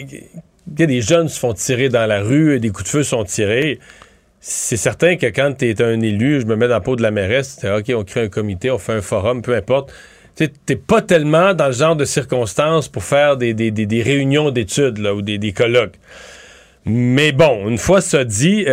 [SPEAKER 5] des jeunes se font tirer dans la rue, des coups de feu sont tirés. C'est certain que quand tu es un élu, je me mets dans la peau de la mairesse, OK, on crée un comité, on fait un forum, peu importe. Tu n'es pas tellement dans le genre de circonstances pour faire des réunions d'études là, ou des colloques. Mais bon, une fois ça dit,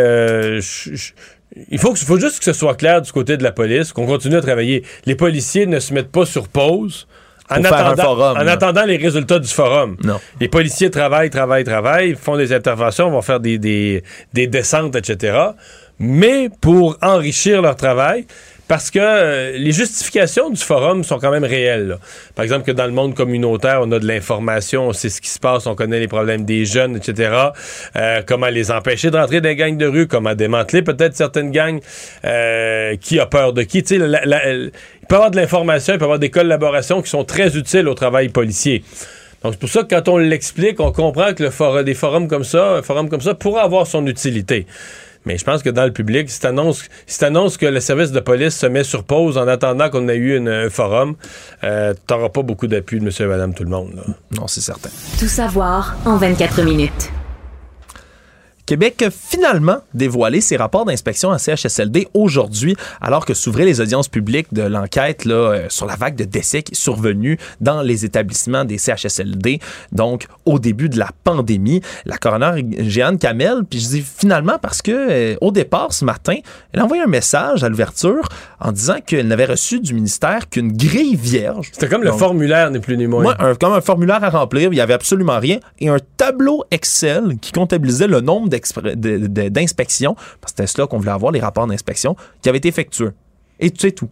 [SPEAKER 5] il faut juste que ce soit clair du côté de la police, qu'on continue à travailler. Les policiers ne se mettent pas sur pause en attendant les résultats du forum.
[SPEAKER 6] Non.
[SPEAKER 5] Les policiers travaillent, font des interventions, vont faire des descentes, etc. Mais pour enrichir leur travail, parce que les justifications du forum sont quand même réelles. Là. Par exemple, que dans le monde communautaire, on a de l'information, on sait ce qui se passe, on connaît les problèmes des jeunes, etc. Comment les empêcher de rentrer dans les gangs de rue, comment démanteler peut-être certaines gangs, qui a peur de qui. Tu sais, il peut y avoir de l'information, il peut y avoir des collaborations qui sont très utiles au travail policier. Donc, c'est pour ça que quand on l'explique, on comprend que des forums comme ça, un forum comme ça pourra avoir son utilité. Mais je pense que dans le public, si t'annonces que le service de police se met sur pause en attendant qu'on ait eu un forum, t'auras pas beaucoup d'appui de monsieur et madame tout le monde. Là.
[SPEAKER 6] Non, c'est certain.
[SPEAKER 3] Tout savoir en 24 minutes.
[SPEAKER 6] Québec a finalement dévoilé ses rapports d'inspection en CHSLD aujourd'hui, alors que s'ouvraient les audiences publiques de l'enquête là, sur la vague de décès qui est survenue dans les établissements des CHSLD, donc au début de la pandémie. La coroner Jeanne Kamel, puis je dis finalement parce que au départ, ce matin, elle a envoyé un message à l'ouverture en disant qu'elle n'avait reçu du ministère qu'une grille vierge.
[SPEAKER 5] C'était comme le formulaire, n'est plus ni moins.
[SPEAKER 6] Comme un formulaire à remplir, il n'y avait absolument rien, et un tableau Excel qui comptabilisait le nombre d'inspections, parce que c'était cela qu'on voulait avoir, les rapports d'inspection, qui avaient été effectués. Et c'est tout.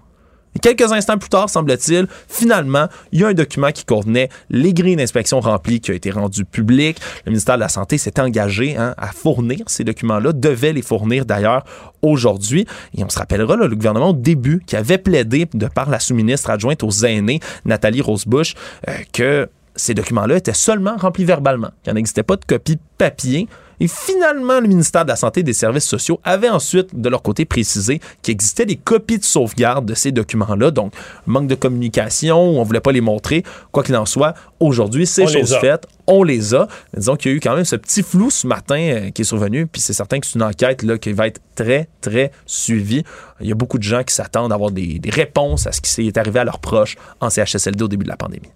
[SPEAKER 6] Et quelques instants plus tard, semble-t-il, finalement, il y a un document qui contenait les grilles d'inspection remplies qui a été rendu public. Le ministère de la Santé s'est engagé à fournir ces documents-là, devait les fournir d'ailleurs aujourd'hui. Et on se rappellera, là, le gouvernement au début qui avait plaidé de par la sous-ministre adjointe aux aînés, Nathalie Rosebush, que ces documents-là étaient seulement remplis verbalement, qu'il n'existait pas de copie papier. Et finalement, le ministère de la Santé et des Services sociaux avait ensuite, de leur côté, précisé qu'il existait des copies de sauvegarde de ces documents-là. Donc, manque de communication, on ne voulait pas les montrer. Quoi qu'il en soit, aujourd'hui, c'est chose faite. On les a. Mais disons qu'il y a eu quand même ce petit flou ce matin qui est survenu. Puis c'est certain que c'est une enquête là, qui va être très, très suivie. Il y a beaucoup de gens qui s'attendent à avoir des réponses à ce qui s'est arrivé à leurs proches en CHSLD au début de la pandémie.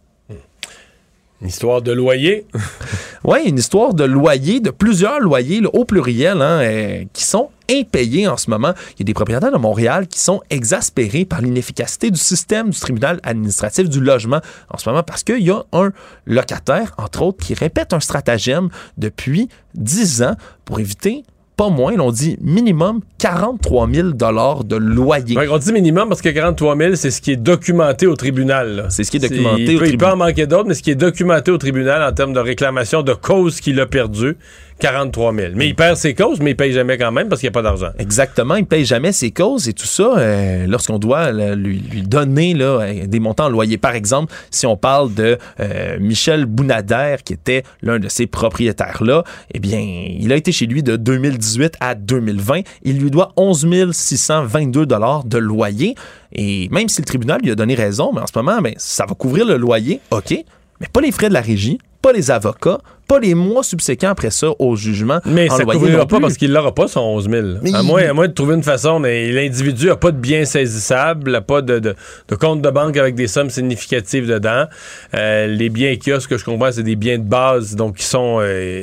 [SPEAKER 5] Une histoire de loyer.
[SPEAKER 6] Oui, une histoire de loyer, de plusieurs loyers, là, au pluriel, qui sont impayés en ce moment. Il y a des propriétaires de Montréal qui sont exaspérés par l'inefficacité du système du tribunal administratif du logement en ce moment parce qu'il y a un locataire, entre autres, qui répète un stratagème depuis 10 ans pour éviter... pas moins, on dit minimum 43 000 $ de loyer.
[SPEAKER 5] Ouais, on dit minimum parce que 43 000 c'est ce qui est documenté au tribunal. Là.
[SPEAKER 6] C'est ce qui est documenté au tribunal.
[SPEAKER 5] Il peut en manquer d'autres, mais ce qui est documenté au tribunal en termes de réclamation de cause qu'il a perdue, 43 000. Mais il perd ses causes, mais il paye jamais quand même parce qu'il n'y a pas d'argent.
[SPEAKER 6] Exactement, il paye jamais ses causes et tout ça lorsqu'on doit lui donner là, des montants en loyer. Par exemple, si on parle de Michel Bounader, qui était l'un de ces propriétaires-là, eh bien, il a été chez lui de 2018 à 2020. Il lui doit 11 622 $ de loyer. Et même si le tribunal lui a donné raison, mais en ce moment, ça va couvrir le loyer, OK, mais pas les frais de la régie, pas les avocats, pas les mois subséquents après ça au jugement.
[SPEAKER 5] Mais ça ne couvrira pas parce qu'il n'aura pas son 11 000. À moins de trouver une façon, mais l'individu n'a pas de biens saisissables, n'a pas de compte de banque avec des sommes significatives dedans. Les biens qu'il y a, ce que je comprends, c'est des biens de base donc qui sont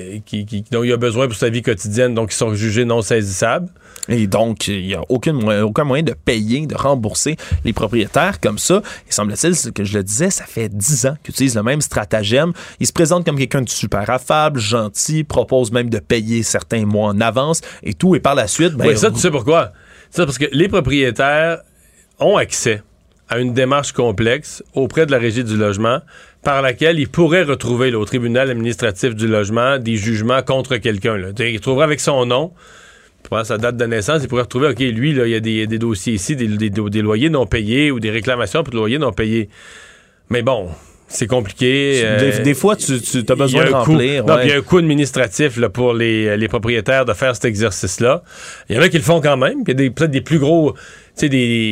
[SPEAKER 5] dont il a besoin pour sa vie quotidienne, donc qui sont jugés non saisissables.
[SPEAKER 6] Et donc, il n'y a aucun moyen de payer, de rembourser les propriétaires comme ça. Et semble-t-il, ce que je le disais, ça fait 10 ans qu'ils utilisent le même stratagème. Ils se présentent comme quelqu'un de super affable, gentil, propose même de payer certains mois en avance et tout. Et par la suite...
[SPEAKER 5] oui, ça, tu sais pourquoi? C'est parce que les propriétaires ont accès à une démarche complexe auprès de la Régie du logement par laquelle ils pourraient retrouver au tribunal administratif du logement des jugements contre quelqu'un. Là. Ils trouveraient avec son nom... Pour sa date de naissance, il pourrait retrouver, OK, lui, là, il y a des dossiers ici, des loyers non payés ou des réclamations pour des loyers non payés. Mais bon, c'est compliqué.
[SPEAKER 6] Des fois, tu as besoin de remplir.
[SPEAKER 5] Il y a un coût administratif là, pour les propriétaires de faire cet exercice-là. Il y en a qui le font quand même. Il y a peut-être des plus gros... Tu sais,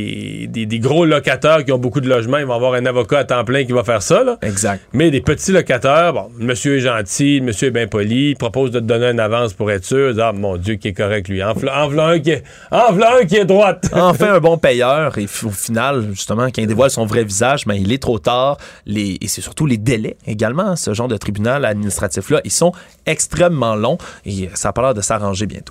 [SPEAKER 5] des gros locataires qui ont beaucoup de logements, ils vont avoir un avocat à temps plein qui va faire ça. Là.
[SPEAKER 6] Exact.
[SPEAKER 5] Mais des petits locataires, bon, monsieur est gentil, monsieur est bien poli, il propose de te donner une avance pour être sûr. Ah, mon Dieu, qui est correct, lui. En v'là un qui est droite.
[SPEAKER 6] Enfin, un bon payeur. Et au final, justement, quand il dévoile son vrai visage, il est trop tard. Et c'est surtout les délais également. Ce genre de tribunal administratif-là, ils sont extrêmement longs et ça a pas l'air de s'arranger bientôt.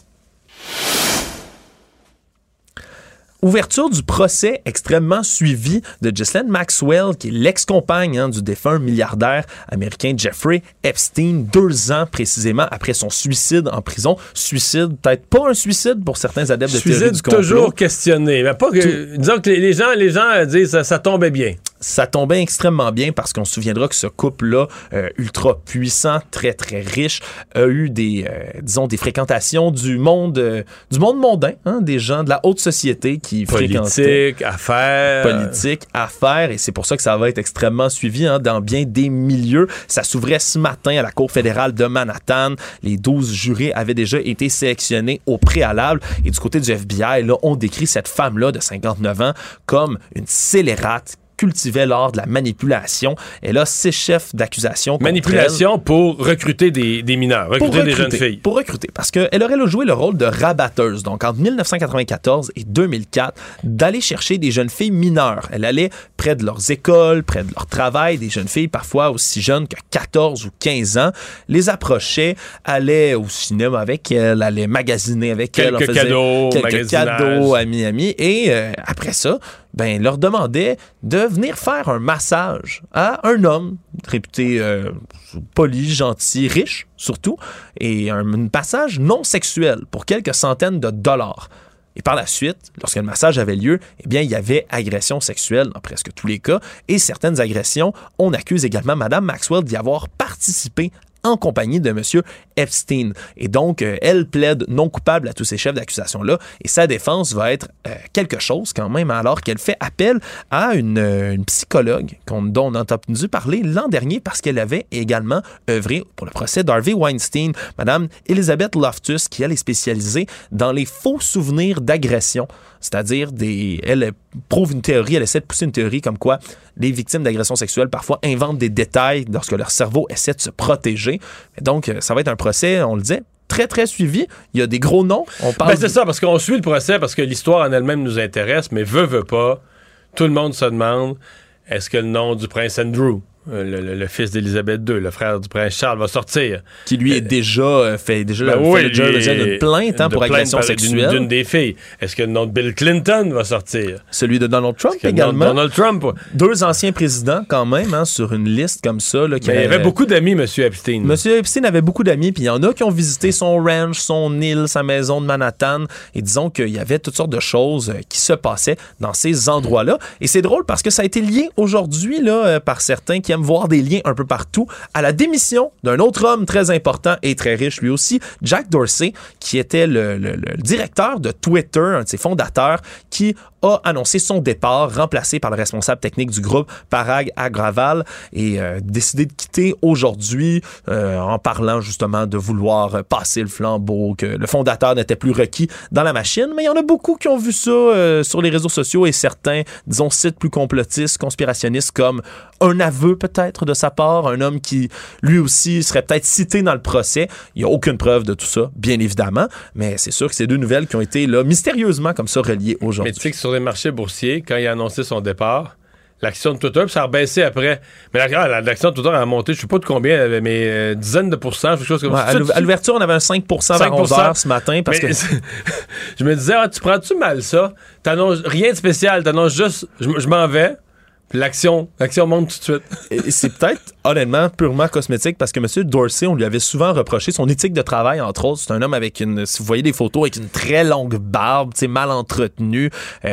[SPEAKER 6] Ouverture du procès extrêmement suivi de Ghislaine Maxwell, qui est l'ex-compagne du défunt milliardaire américain Jeffrey Epstein, 2 ans précisément après son suicide en prison. Suicide, peut-être pas un suicide pour certains adeptes de théorie du complot.
[SPEAKER 5] Suicide toujours questionné. Mais pas que, disons que les gens disent que ça tombait bien.
[SPEAKER 6] Ça tombait extrêmement bien parce qu'on se souviendra que ce couple-là, ultra puissant, très, très riche, a eu des fréquentations du monde mondain, des gens de la haute société qui fréquentaient. Politique, affaires, et c'est pour ça que ça va être extrêmement suivi dans bien des milieux. Ça s'ouvrait ce matin à la Cour fédérale de Manhattan. Les 12 jurés avaient déjà été sélectionnés au préalable, et du côté du FBI, là, on décrit cette femme-là de 59 ans comme une scélérate cultivait l'art de la manipulation. Elle a 6 chefs d'accusation.
[SPEAKER 5] Manipulation pour recruter des mineurs, recruter des jeunes filles.
[SPEAKER 6] Pour recruter, parce qu'elle aurait joué le rôle de rabatteuse, donc entre 1994 et 2004, d'aller chercher des jeunes filles mineures. Elle allait près de leurs écoles, près de leur travail, des jeunes filles parfois aussi jeunes que 14 ou 15 ans, les approchait, allait au cinéma avec elle, allait magasiner avec elle.
[SPEAKER 5] Quelques cadeaux
[SPEAKER 6] à Miami, et après ça, leur demandait de venir faire un massage à un homme réputé poli, gentil, riche surtout, et un massage non sexuel pour quelques centaines de dollars. Et par la suite, lorsque le massage avait lieu, eh bien, il y avait agression sexuelle dans presque tous les cas. Et certaines agressions, on accuse également Mme Maxwell d'y avoir participé en compagnie de M. Epstein. Et donc, elle plaide non coupable à tous ces chefs d'accusation-là. Et sa défense va être quelque chose quand même, alors qu'elle fait appel à une psychologue dont on a entendu parler l'an dernier parce qu'elle avait également œuvré pour le procès d'Harvey Weinstein, Mme Elizabeth Loftus, qui elle est spécialisée dans les faux souvenirs d'agression. C'est-à-dire, elle prouve une théorie, elle essaie de pousser une théorie comme quoi les victimes d'agressions sexuelles parfois inventent des détails lorsque leur cerveau essaie de se protéger. Et donc, ça va être un procès, on le disait, très, très suivi. Il y a des gros noms. On parle
[SPEAKER 5] c'est ça, parce qu'on suit le procès, parce que l'histoire en elle-même nous intéresse, mais veut pas, tout le monde se demande, est-ce que le nom du prince Andrew, le fils d'Élisabeth II, le frère du prince Charles, va sortir?
[SPEAKER 6] Qui lui est déjà fait une plainte pour agression sexuelle.
[SPEAKER 5] D'une des filles. Est-ce que le nom de Bill Clinton va sortir?
[SPEAKER 6] Celui de Donald Trump également.
[SPEAKER 5] Donald Trump.
[SPEAKER 6] Deux anciens présidents quand même, sur une liste comme ça. Là,
[SPEAKER 5] il avait beaucoup d'amis, M. Epstein.
[SPEAKER 6] M. Epstein avait beaucoup d'amis, puis il y en a qui ont visité son ranch, son île, sa maison de Manhattan, et disons qu'il y avait toutes sortes de choses qui se passaient dans ces endroits-là. Et c'est drôle parce que ça a été lié aujourd'hui là, par certains qui aiment voir des liens un peu partout à la démission d'un autre homme très important et très riche lui aussi, Jack Dorsey, qui était le directeur de Twitter, un de ses fondateurs, qui a annoncé son départ, remplacé par le responsable technique du groupe, Parag Agrawal, et décidé de quitter aujourd'hui en parlant justement de vouloir passer le flambeau, que le fondateur n'était plus requis dans la machine. Mais il y en a beaucoup qui ont vu ça sur les réseaux sociaux et certains, disons, sites plus complotistes, conspirationnistes, comme un aveu peut-être de sa part, un homme qui lui aussi serait peut-être cité dans le procès. Il n'y a aucune preuve de tout ça, bien évidemment, mais c'est sûr que c'est deux nouvelles qui ont été là mystérieusement comme ça reliées aujourd'hui.
[SPEAKER 5] Mais tu sais que sur les marchés boursiers, quand il a annoncé son départ, l'action de Twitter, puis ça a rebaissé après. Mais l'action de Twitter a monté, je ne sais pas de combien, mais dizaines de pourcents, quelque chose comme ça.
[SPEAKER 6] À l'ouverture, on avait un 5% vers 11h ce matin. Parce que
[SPEAKER 5] je me disais, tu prends-tu mal ça? T'annonces rien de spécial, t'annonces juste, je m'en vais. Puis l'action monte tout de suite.
[SPEAKER 6] Et c'est peut-être, honnêtement, purement cosmétique parce que M. Dorsey, on lui avait souvent reproché son éthique de travail, entre autres. C'est un homme avec si vous voyez des photos, avec une très longue barbe, mal entretenue.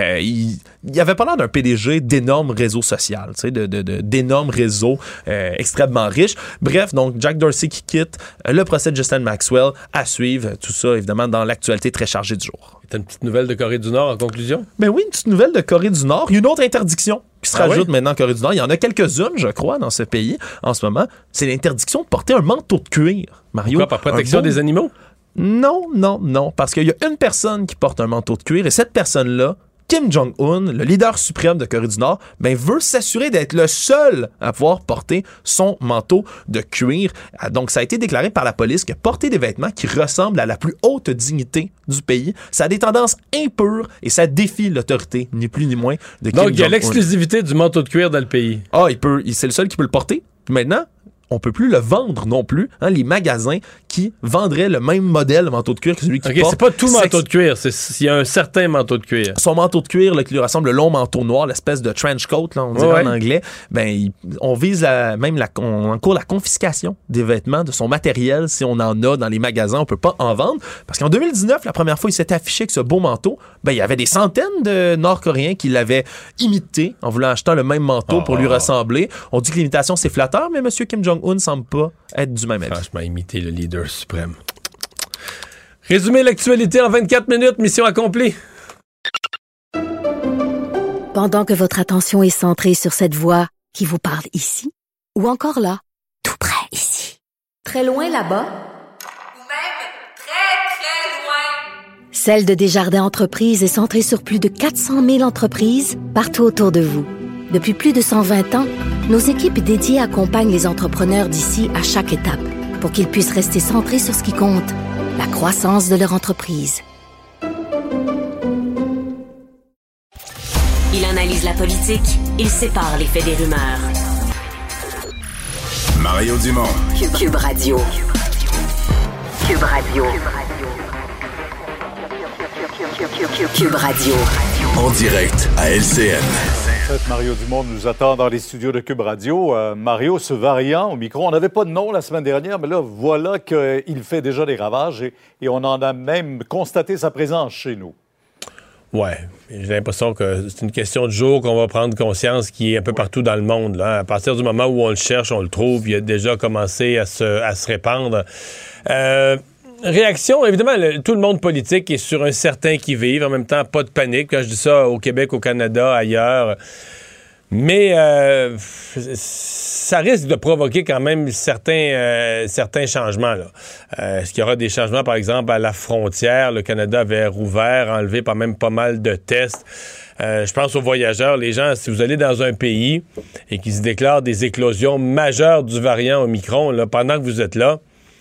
[SPEAKER 6] Il avait pas l'air d'un PDG d'énormes réseaux sociaux, d'énormes réseaux extrêmement riches. Bref, donc Jack Dorsey qui quitte, le procès de Ghislaine Maxwell à suivre. Tout ça, évidemment, dans l'actualité très chargée du jour.
[SPEAKER 5] T'as une petite nouvelle de Corée du Nord en conclusion?
[SPEAKER 6] Ben oui, une petite nouvelle de Corée du Nord. Il y a une autre interdiction qui se rajoute maintenant en Corée du Nord. Il y en a quelques-unes, je crois, dans ce pays en ce moment. C'est l'interdiction de porter un manteau de cuir. Mario.
[SPEAKER 5] Pourquoi, par protection des animaux?
[SPEAKER 6] Non. Parce qu'il y a une personne qui porte un manteau de cuir et cette personne-là, Kim Jong-un, le leader suprême de Corée du Nord, veut s'assurer d'être le seul à pouvoir porter son manteau de cuir. Donc, ça a été déclaré par la police que porter des vêtements qui ressemblent à la plus haute dignité du pays, ça a des tendances impures et ça défie l'autorité, ni plus ni moins, de Kim Jong-un.
[SPEAKER 5] Donc, il y a l'exclusivité du manteau de cuir dans le pays.
[SPEAKER 6] C'est le seul qui peut le porter. Maintenant, on peut plus le vendre non plus. Les magasins qui vendraient le même modèle de manteau de cuir que celui qui porte.
[SPEAKER 5] C'est pas tout manteau de cuir, il y a un certain manteau de cuir.
[SPEAKER 6] Son manteau de cuir, là, qui lui ressemble le long manteau noir, l'espèce de trench coat, là, on dirait en anglais, on vise on encourt la confiscation des vêtements, de son matériel, si on en a dans les magasins, on peut pas en vendre. Parce qu'en 2019, la première fois il s'est affiché que ce beau manteau, il y avait des centaines de Nord-Coréens qui l'avaient imité en voulant acheter le même manteau pour lui ressembler. On dit que l'imitation c'est flatteur, mais M. Kim Jong-un ne semble pas être du même avis.
[SPEAKER 5] Franchement, imiter le leader suprême. Résumer l'actualité en 24 minutes, mission accomplie.
[SPEAKER 1] Pendant que votre attention est centrée sur cette voix qui vous parle ici, ou encore là, tout près ici, très loin là-bas,
[SPEAKER 2] ou même très, très loin,
[SPEAKER 1] Celle de Desjardins Entreprises est centrée sur plus de 400 000 entreprises partout autour de vous. Depuis plus de 120 ans, nos équipes dédiées accompagnent les entrepreneurs d'ici à chaque étape pour qu'ils puissent rester centrés sur ce qui compte, la croissance de leur entreprise.
[SPEAKER 3] Il analyse la politique, il sépare les faits des rumeurs.
[SPEAKER 4] Mario Dumont.
[SPEAKER 3] Cube Radio. Cube Radio. Cube Radio.
[SPEAKER 4] En direct à LCN.
[SPEAKER 13] Mario Dumont nous attend dans les studios de Cube Radio. Mario, ce variant au micro, on n'avait pas de nom la semaine dernière, mais là, voilà qu'il fait déjà des ravages et on en a même constaté sa présence chez nous.
[SPEAKER 5] Ouais. J'ai l'impression que c'est une question de jour qu'on va prendre conscience qui est un peu partout dans le monde. Là. À partir du moment où on le cherche, on le trouve, il a déjà commencé à se répandre. Réaction, évidemment, tout le monde politique est sur un certain qui-vive. En même temps, pas de panique. Quand je dis ça au Québec, au Canada, ailleurs. Mais ça risque de provoquer quand même certains changements. Là. Est-ce qu'il y aura des changements, par exemple, à la frontière? Le Canada avait rouvert, enlevé quand même pas mal de tests. Je pense aux voyageurs. Les gens, si vous allez dans un pays et qu'il se déclare des éclosions majeures du variant Omicron, là, pendant que vous êtes là,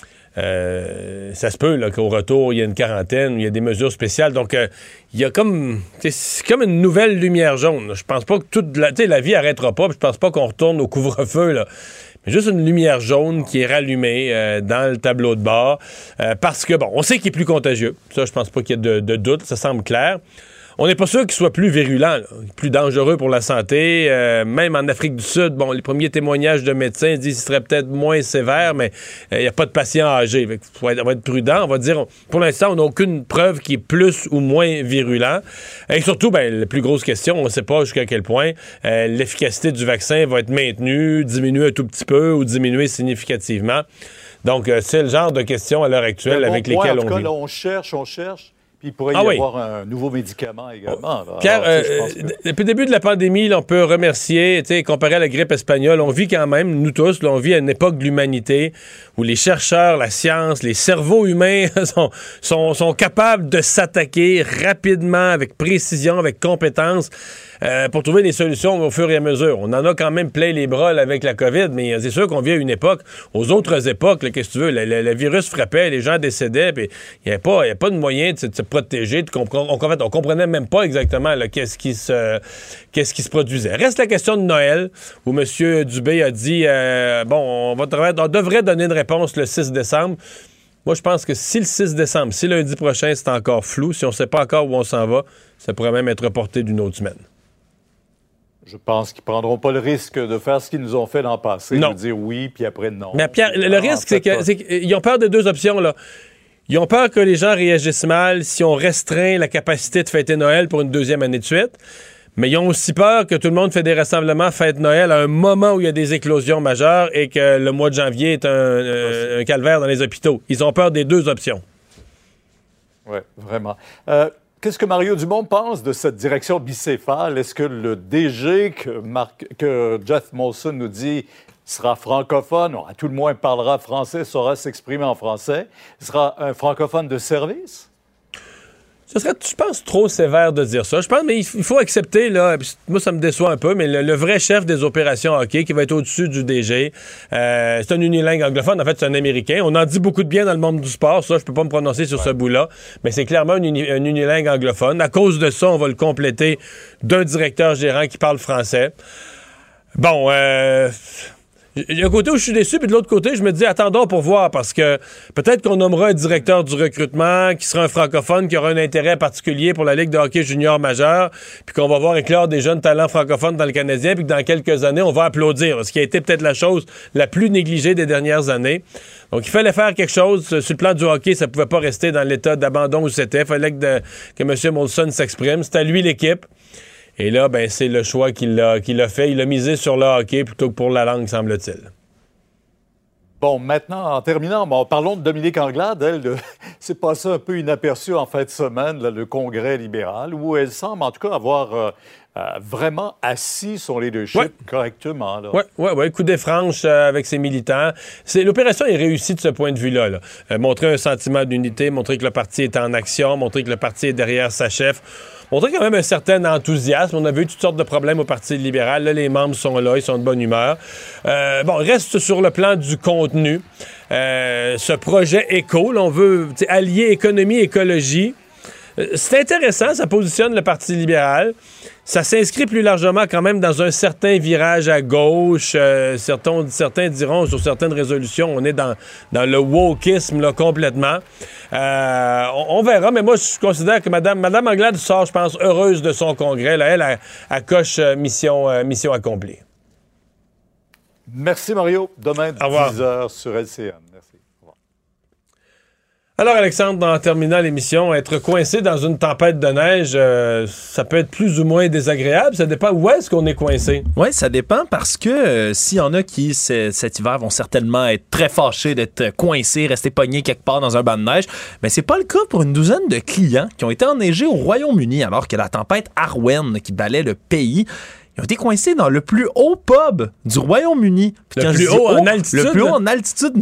[SPEAKER 5] ça se peut là, qu'au retour, il y a une quarantaine, il y a des mesures spéciales. Donc, il y a comme... C'est comme une nouvelle lumière jaune. Je pense pas que toute la vie arrêtera pas. Je pense pas qu'on retourne au couvre-feu. Là. Mais juste une lumière jaune qui est rallumée dans le tableau de bord. Parce que, bon, on sait qu'il est plus contagieux. Ça, je pense pas qu'il y ait de doute. Ça semble clair. On n'est pas sûr qu'il soit plus virulent, là, plus dangereux pour la santé. Même en Afrique du Sud, bon, les premiers témoignages de médecins disent qu'il serait peut-être moins sévère, mais il n'y a pas de patients âgés. On va être prudent. On va dire, pour l'instant, on n'a aucune preuve qui est plus ou moins virulent. Et surtout, la plus grosse question, on ne sait pas jusqu'à quel point l'efficacité du vaccin va être maintenue, diminuer un tout petit peu ou diminuer significativement. Donc, c'est le genre de questions à l'heure actuelle avec lesquelles on vit.
[SPEAKER 13] Là, on cherche. Puis il pourrait y avoir un nouveau médicament également.
[SPEAKER 5] Pierre, depuis le début de la pandémie, là, on peut remercier, comparé à la grippe espagnole, on vit quand même, nous tous, là, on vit à une époque de l'humanité où les chercheurs, la science, les cerveaux humains sont capables de s'attaquer rapidement, avec précision, avec compétence, pour trouver des solutions au fur et à mesure. On en a quand même plein les bras là, avec la COVID, mais c'est sûr qu'on vit à une époque, aux autres époques, là, qu'est-ce que tu veux, le virus frappait, les gens décédaient, puis il n'y avait pas de moyen de se protéger. On comprenait même pas exactement là, qu'est-ce qui se produisait. Reste la question de Noël, où M. Dubé a dit on devrait donner une réponse le 6 décembre. Moi, je pense que si le 6 décembre, si lundi prochain, c'est encore flou, si on ne sait pas encore où on s'en va, ça pourrait même être reporté d'une autre semaine.
[SPEAKER 13] Je pense qu'ils ne prendront pas le risque de faire ce qu'ils nous ont fait dans le passé, de dire oui, puis après non.
[SPEAKER 5] Mais Pierre, le risque, c'est qu'ils ont peur de deux options, là. Ils ont peur que les gens réagissent mal si on restreint la capacité de fêter Noël pour une deuxième année de suite. Mais ils ont aussi peur que tout le monde fait des rassemblements, fête Noël à un moment où il y a des éclosions majeures et que le mois de janvier est un calvaire dans les hôpitaux. Ils ont peur des deux options.
[SPEAKER 13] Oui, vraiment. Qu'est-ce que Mario Dumont pense de cette direction bicéphale? Est-ce que le DG que Jeff Molson nous dit sera francophone, à tout le moins parlera français, saura s'exprimer en français, sera un francophone de service?
[SPEAKER 5] Ce serait, je pense, trop sévère de dire ça. Je pense, mais il faut accepter, là, moi, ça me déçoit un peu, mais le vrai chef des opérations hockey, qui va être au-dessus du DG, c'est un unilingue anglophone. En fait, c'est un Américain. On en dit beaucoup de bien dans le monde du sport. Ça, je peux pas me prononcer sur ce bout-là, mais c'est clairement un unilingue anglophone. À cause de ça, on va le compléter d'un directeur gérant qui parle français. Bon, il y a un côté où je suis déçu, puis de l'autre côté, je me dis, attendons pour voir, parce que peut-être qu'on nommera un directeur du recrutement qui sera un francophone, qui aura un intérêt particulier pour la Ligue de hockey junior majeur, puis qu'on va voir éclore des jeunes talents francophones dans le Canadien, puis que dans quelques années, on va applaudir, ce qui a été peut-être la chose la plus négligée des dernières années. Donc, il fallait faire quelque chose. Sur le plan du hockey, ça pouvait pas rester dans l'état d'abandon où c'était. Il fallait que M. Molson s'exprime. C'était à lui l'équipe. Et là, c'est le choix qu'il a fait. Il a misé sur le hockey plutôt que pour la langue, semble-t-il.
[SPEAKER 13] Bon, maintenant, en terminant, parlons de Dominique Anglade. Elle s'est passée un peu inaperçue en fin de semaine, là, le Congrès libéral, où elle semble en tout cas avoir vraiment assis son leadership correctement.
[SPEAKER 5] Oui, coup des franches avec ses militants. L'opération est réussie de ce point de vue-là. Là. Montrer un sentiment d'unité, montrer que le parti est en action, montrer que le parti est derrière sa chef. Montrer quand même un certain enthousiasme. On avait eu toutes sortes de problèmes au Parti libéral. Là, les membres sont là, ils sont de bonne humeur. Reste sur le plan du contenu. Ce projet éco, là, on veut allier économie et écologie. C'est intéressant, ça positionne le Parti libéral. Ça s'inscrit plus largement quand même dans un certain virage à gauche. Certains diront sur certaines résolutions, on est dans le wokisme là, complètement. On verra, mais moi, je considère que Mme Anglade sort, je pense, heureuse de son congrès. Là, elle coche mission accomplie.
[SPEAKER 13] Merci, Mario. Demain, 10h sur LCN. Merci.
[SPEAKER 5] Alors, Alexandre, en terminant l'émission, être coincé dans une tempête de neige, ça peut être plus ou moins désagréable. Ça dépend où est-ce qu'on est coincé.
[SPEAKER 6] Oui, ça dépend parce que s'il y en a qui, cet hiver, vont certainement être très fâchés d'être coincés, rester pognés quelque part dans un banc de neige, mais c'est pas le cas pour une douzaine de clients qui ont été enneigés au Royaume-Uni alors que la tempête Arwen qui balait le pays. Ils ont été coincés dans le plus haut pub du Royaume-Uni.
[SPEAKER 5] Le plus haut en altitude?
[SPEAKER 6] Le plus haut en altitude,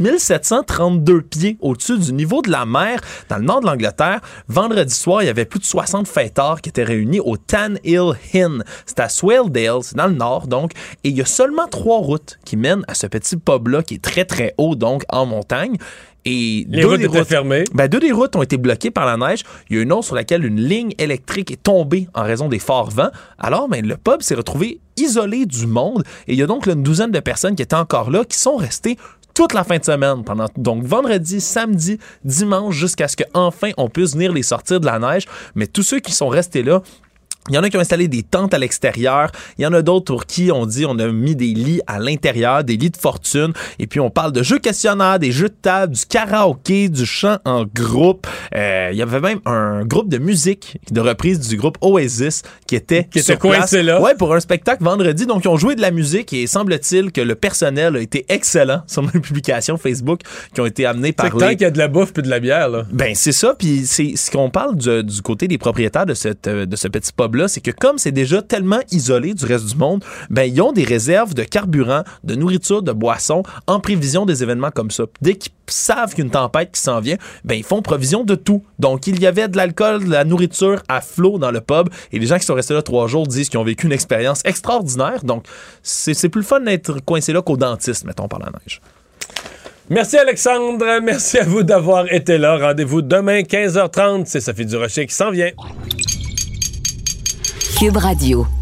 [SPEAKER 6] 1732 pieds au-dessus du niveau de la mer, dans le nord de l'Angleterre. Vendredi soir, il y avait plus de 60 fêtards qui étaient réunis au Tan Hill Inn. C'est à Swaledale, c'est dans le nord, donc. Et il y a seulement 3 routes qui mènent à ce petit pub-là, qui est très, très haut, donc, en montagne. Et
[SPEAKER 5] les routes étaient fermées.
[SPEAKER 6] 2 des routes ont été bloquées par la neige. Il y a une autre sur laquelle une ligne électrique est tombée en raison des forts vents. Alors, le pub s'est retrouvé isolé du monde. Et il y a donc une douzaine de personnes qui étaient encore là, qui sont restées toute la fin de semaine, donc vendredi, samedi, dimanche, jusqu'à ce qu'enfin on puisse venir les sortir de la neige. Mais tous ceux qui sont restés là, il y en a qui ont installé des tentes à l'extérieur. Il y en a d'autres pour qui on a mis des lits à l'intérieur, des lits de fortune. Et puis, on parle de jeux questionnaires, des jeux de table, du karaoké, du chant en groupe. Il y avait même un groupe de musique de reprise du groupe Oasis qui était
[SPEAKER 5] coincé là.
[SPEAKER 6] Ouais, pour un spectacle vendredi. Donc, ils ont joué de la musique et semble-t-il que le personnel a été excellent sur mes publications Facebook qui ont été amenées par
[SPEAKER 5] tant qu'il y a de la bouffe puis de la bière, là.
[SPEAKER 6] Ben, c'est ça. Puis, c'est ce qu'on parle du côté des propriétaires de ce petit pub là, c'est que comme c'est déjà tellement isolé du reste du monde, ils ont des réserves de carburant, de nourriture, de boissons en prévision des événements comme ça. Dès qu'ils savent qu'une tempête qui s'en vient, ils font provision de tout. Donc, il y avait de l'alcool, de la nourriture à flot dans le pub et les gens qui sont restés là 3 jours disent qu'ils ont vécu une expérience extraordinaire. Donc, c'est plus le fun d'être coincé là qu'au dentiste, mettons, par la neige.
[SPEAKER 5] Merci Alexandre, merci à vous d'avoir été là. Rendez-vous demain 15h30, c'est Sophie Durocher qui s'en vient.
[SPEAKER 3] Cube Radio.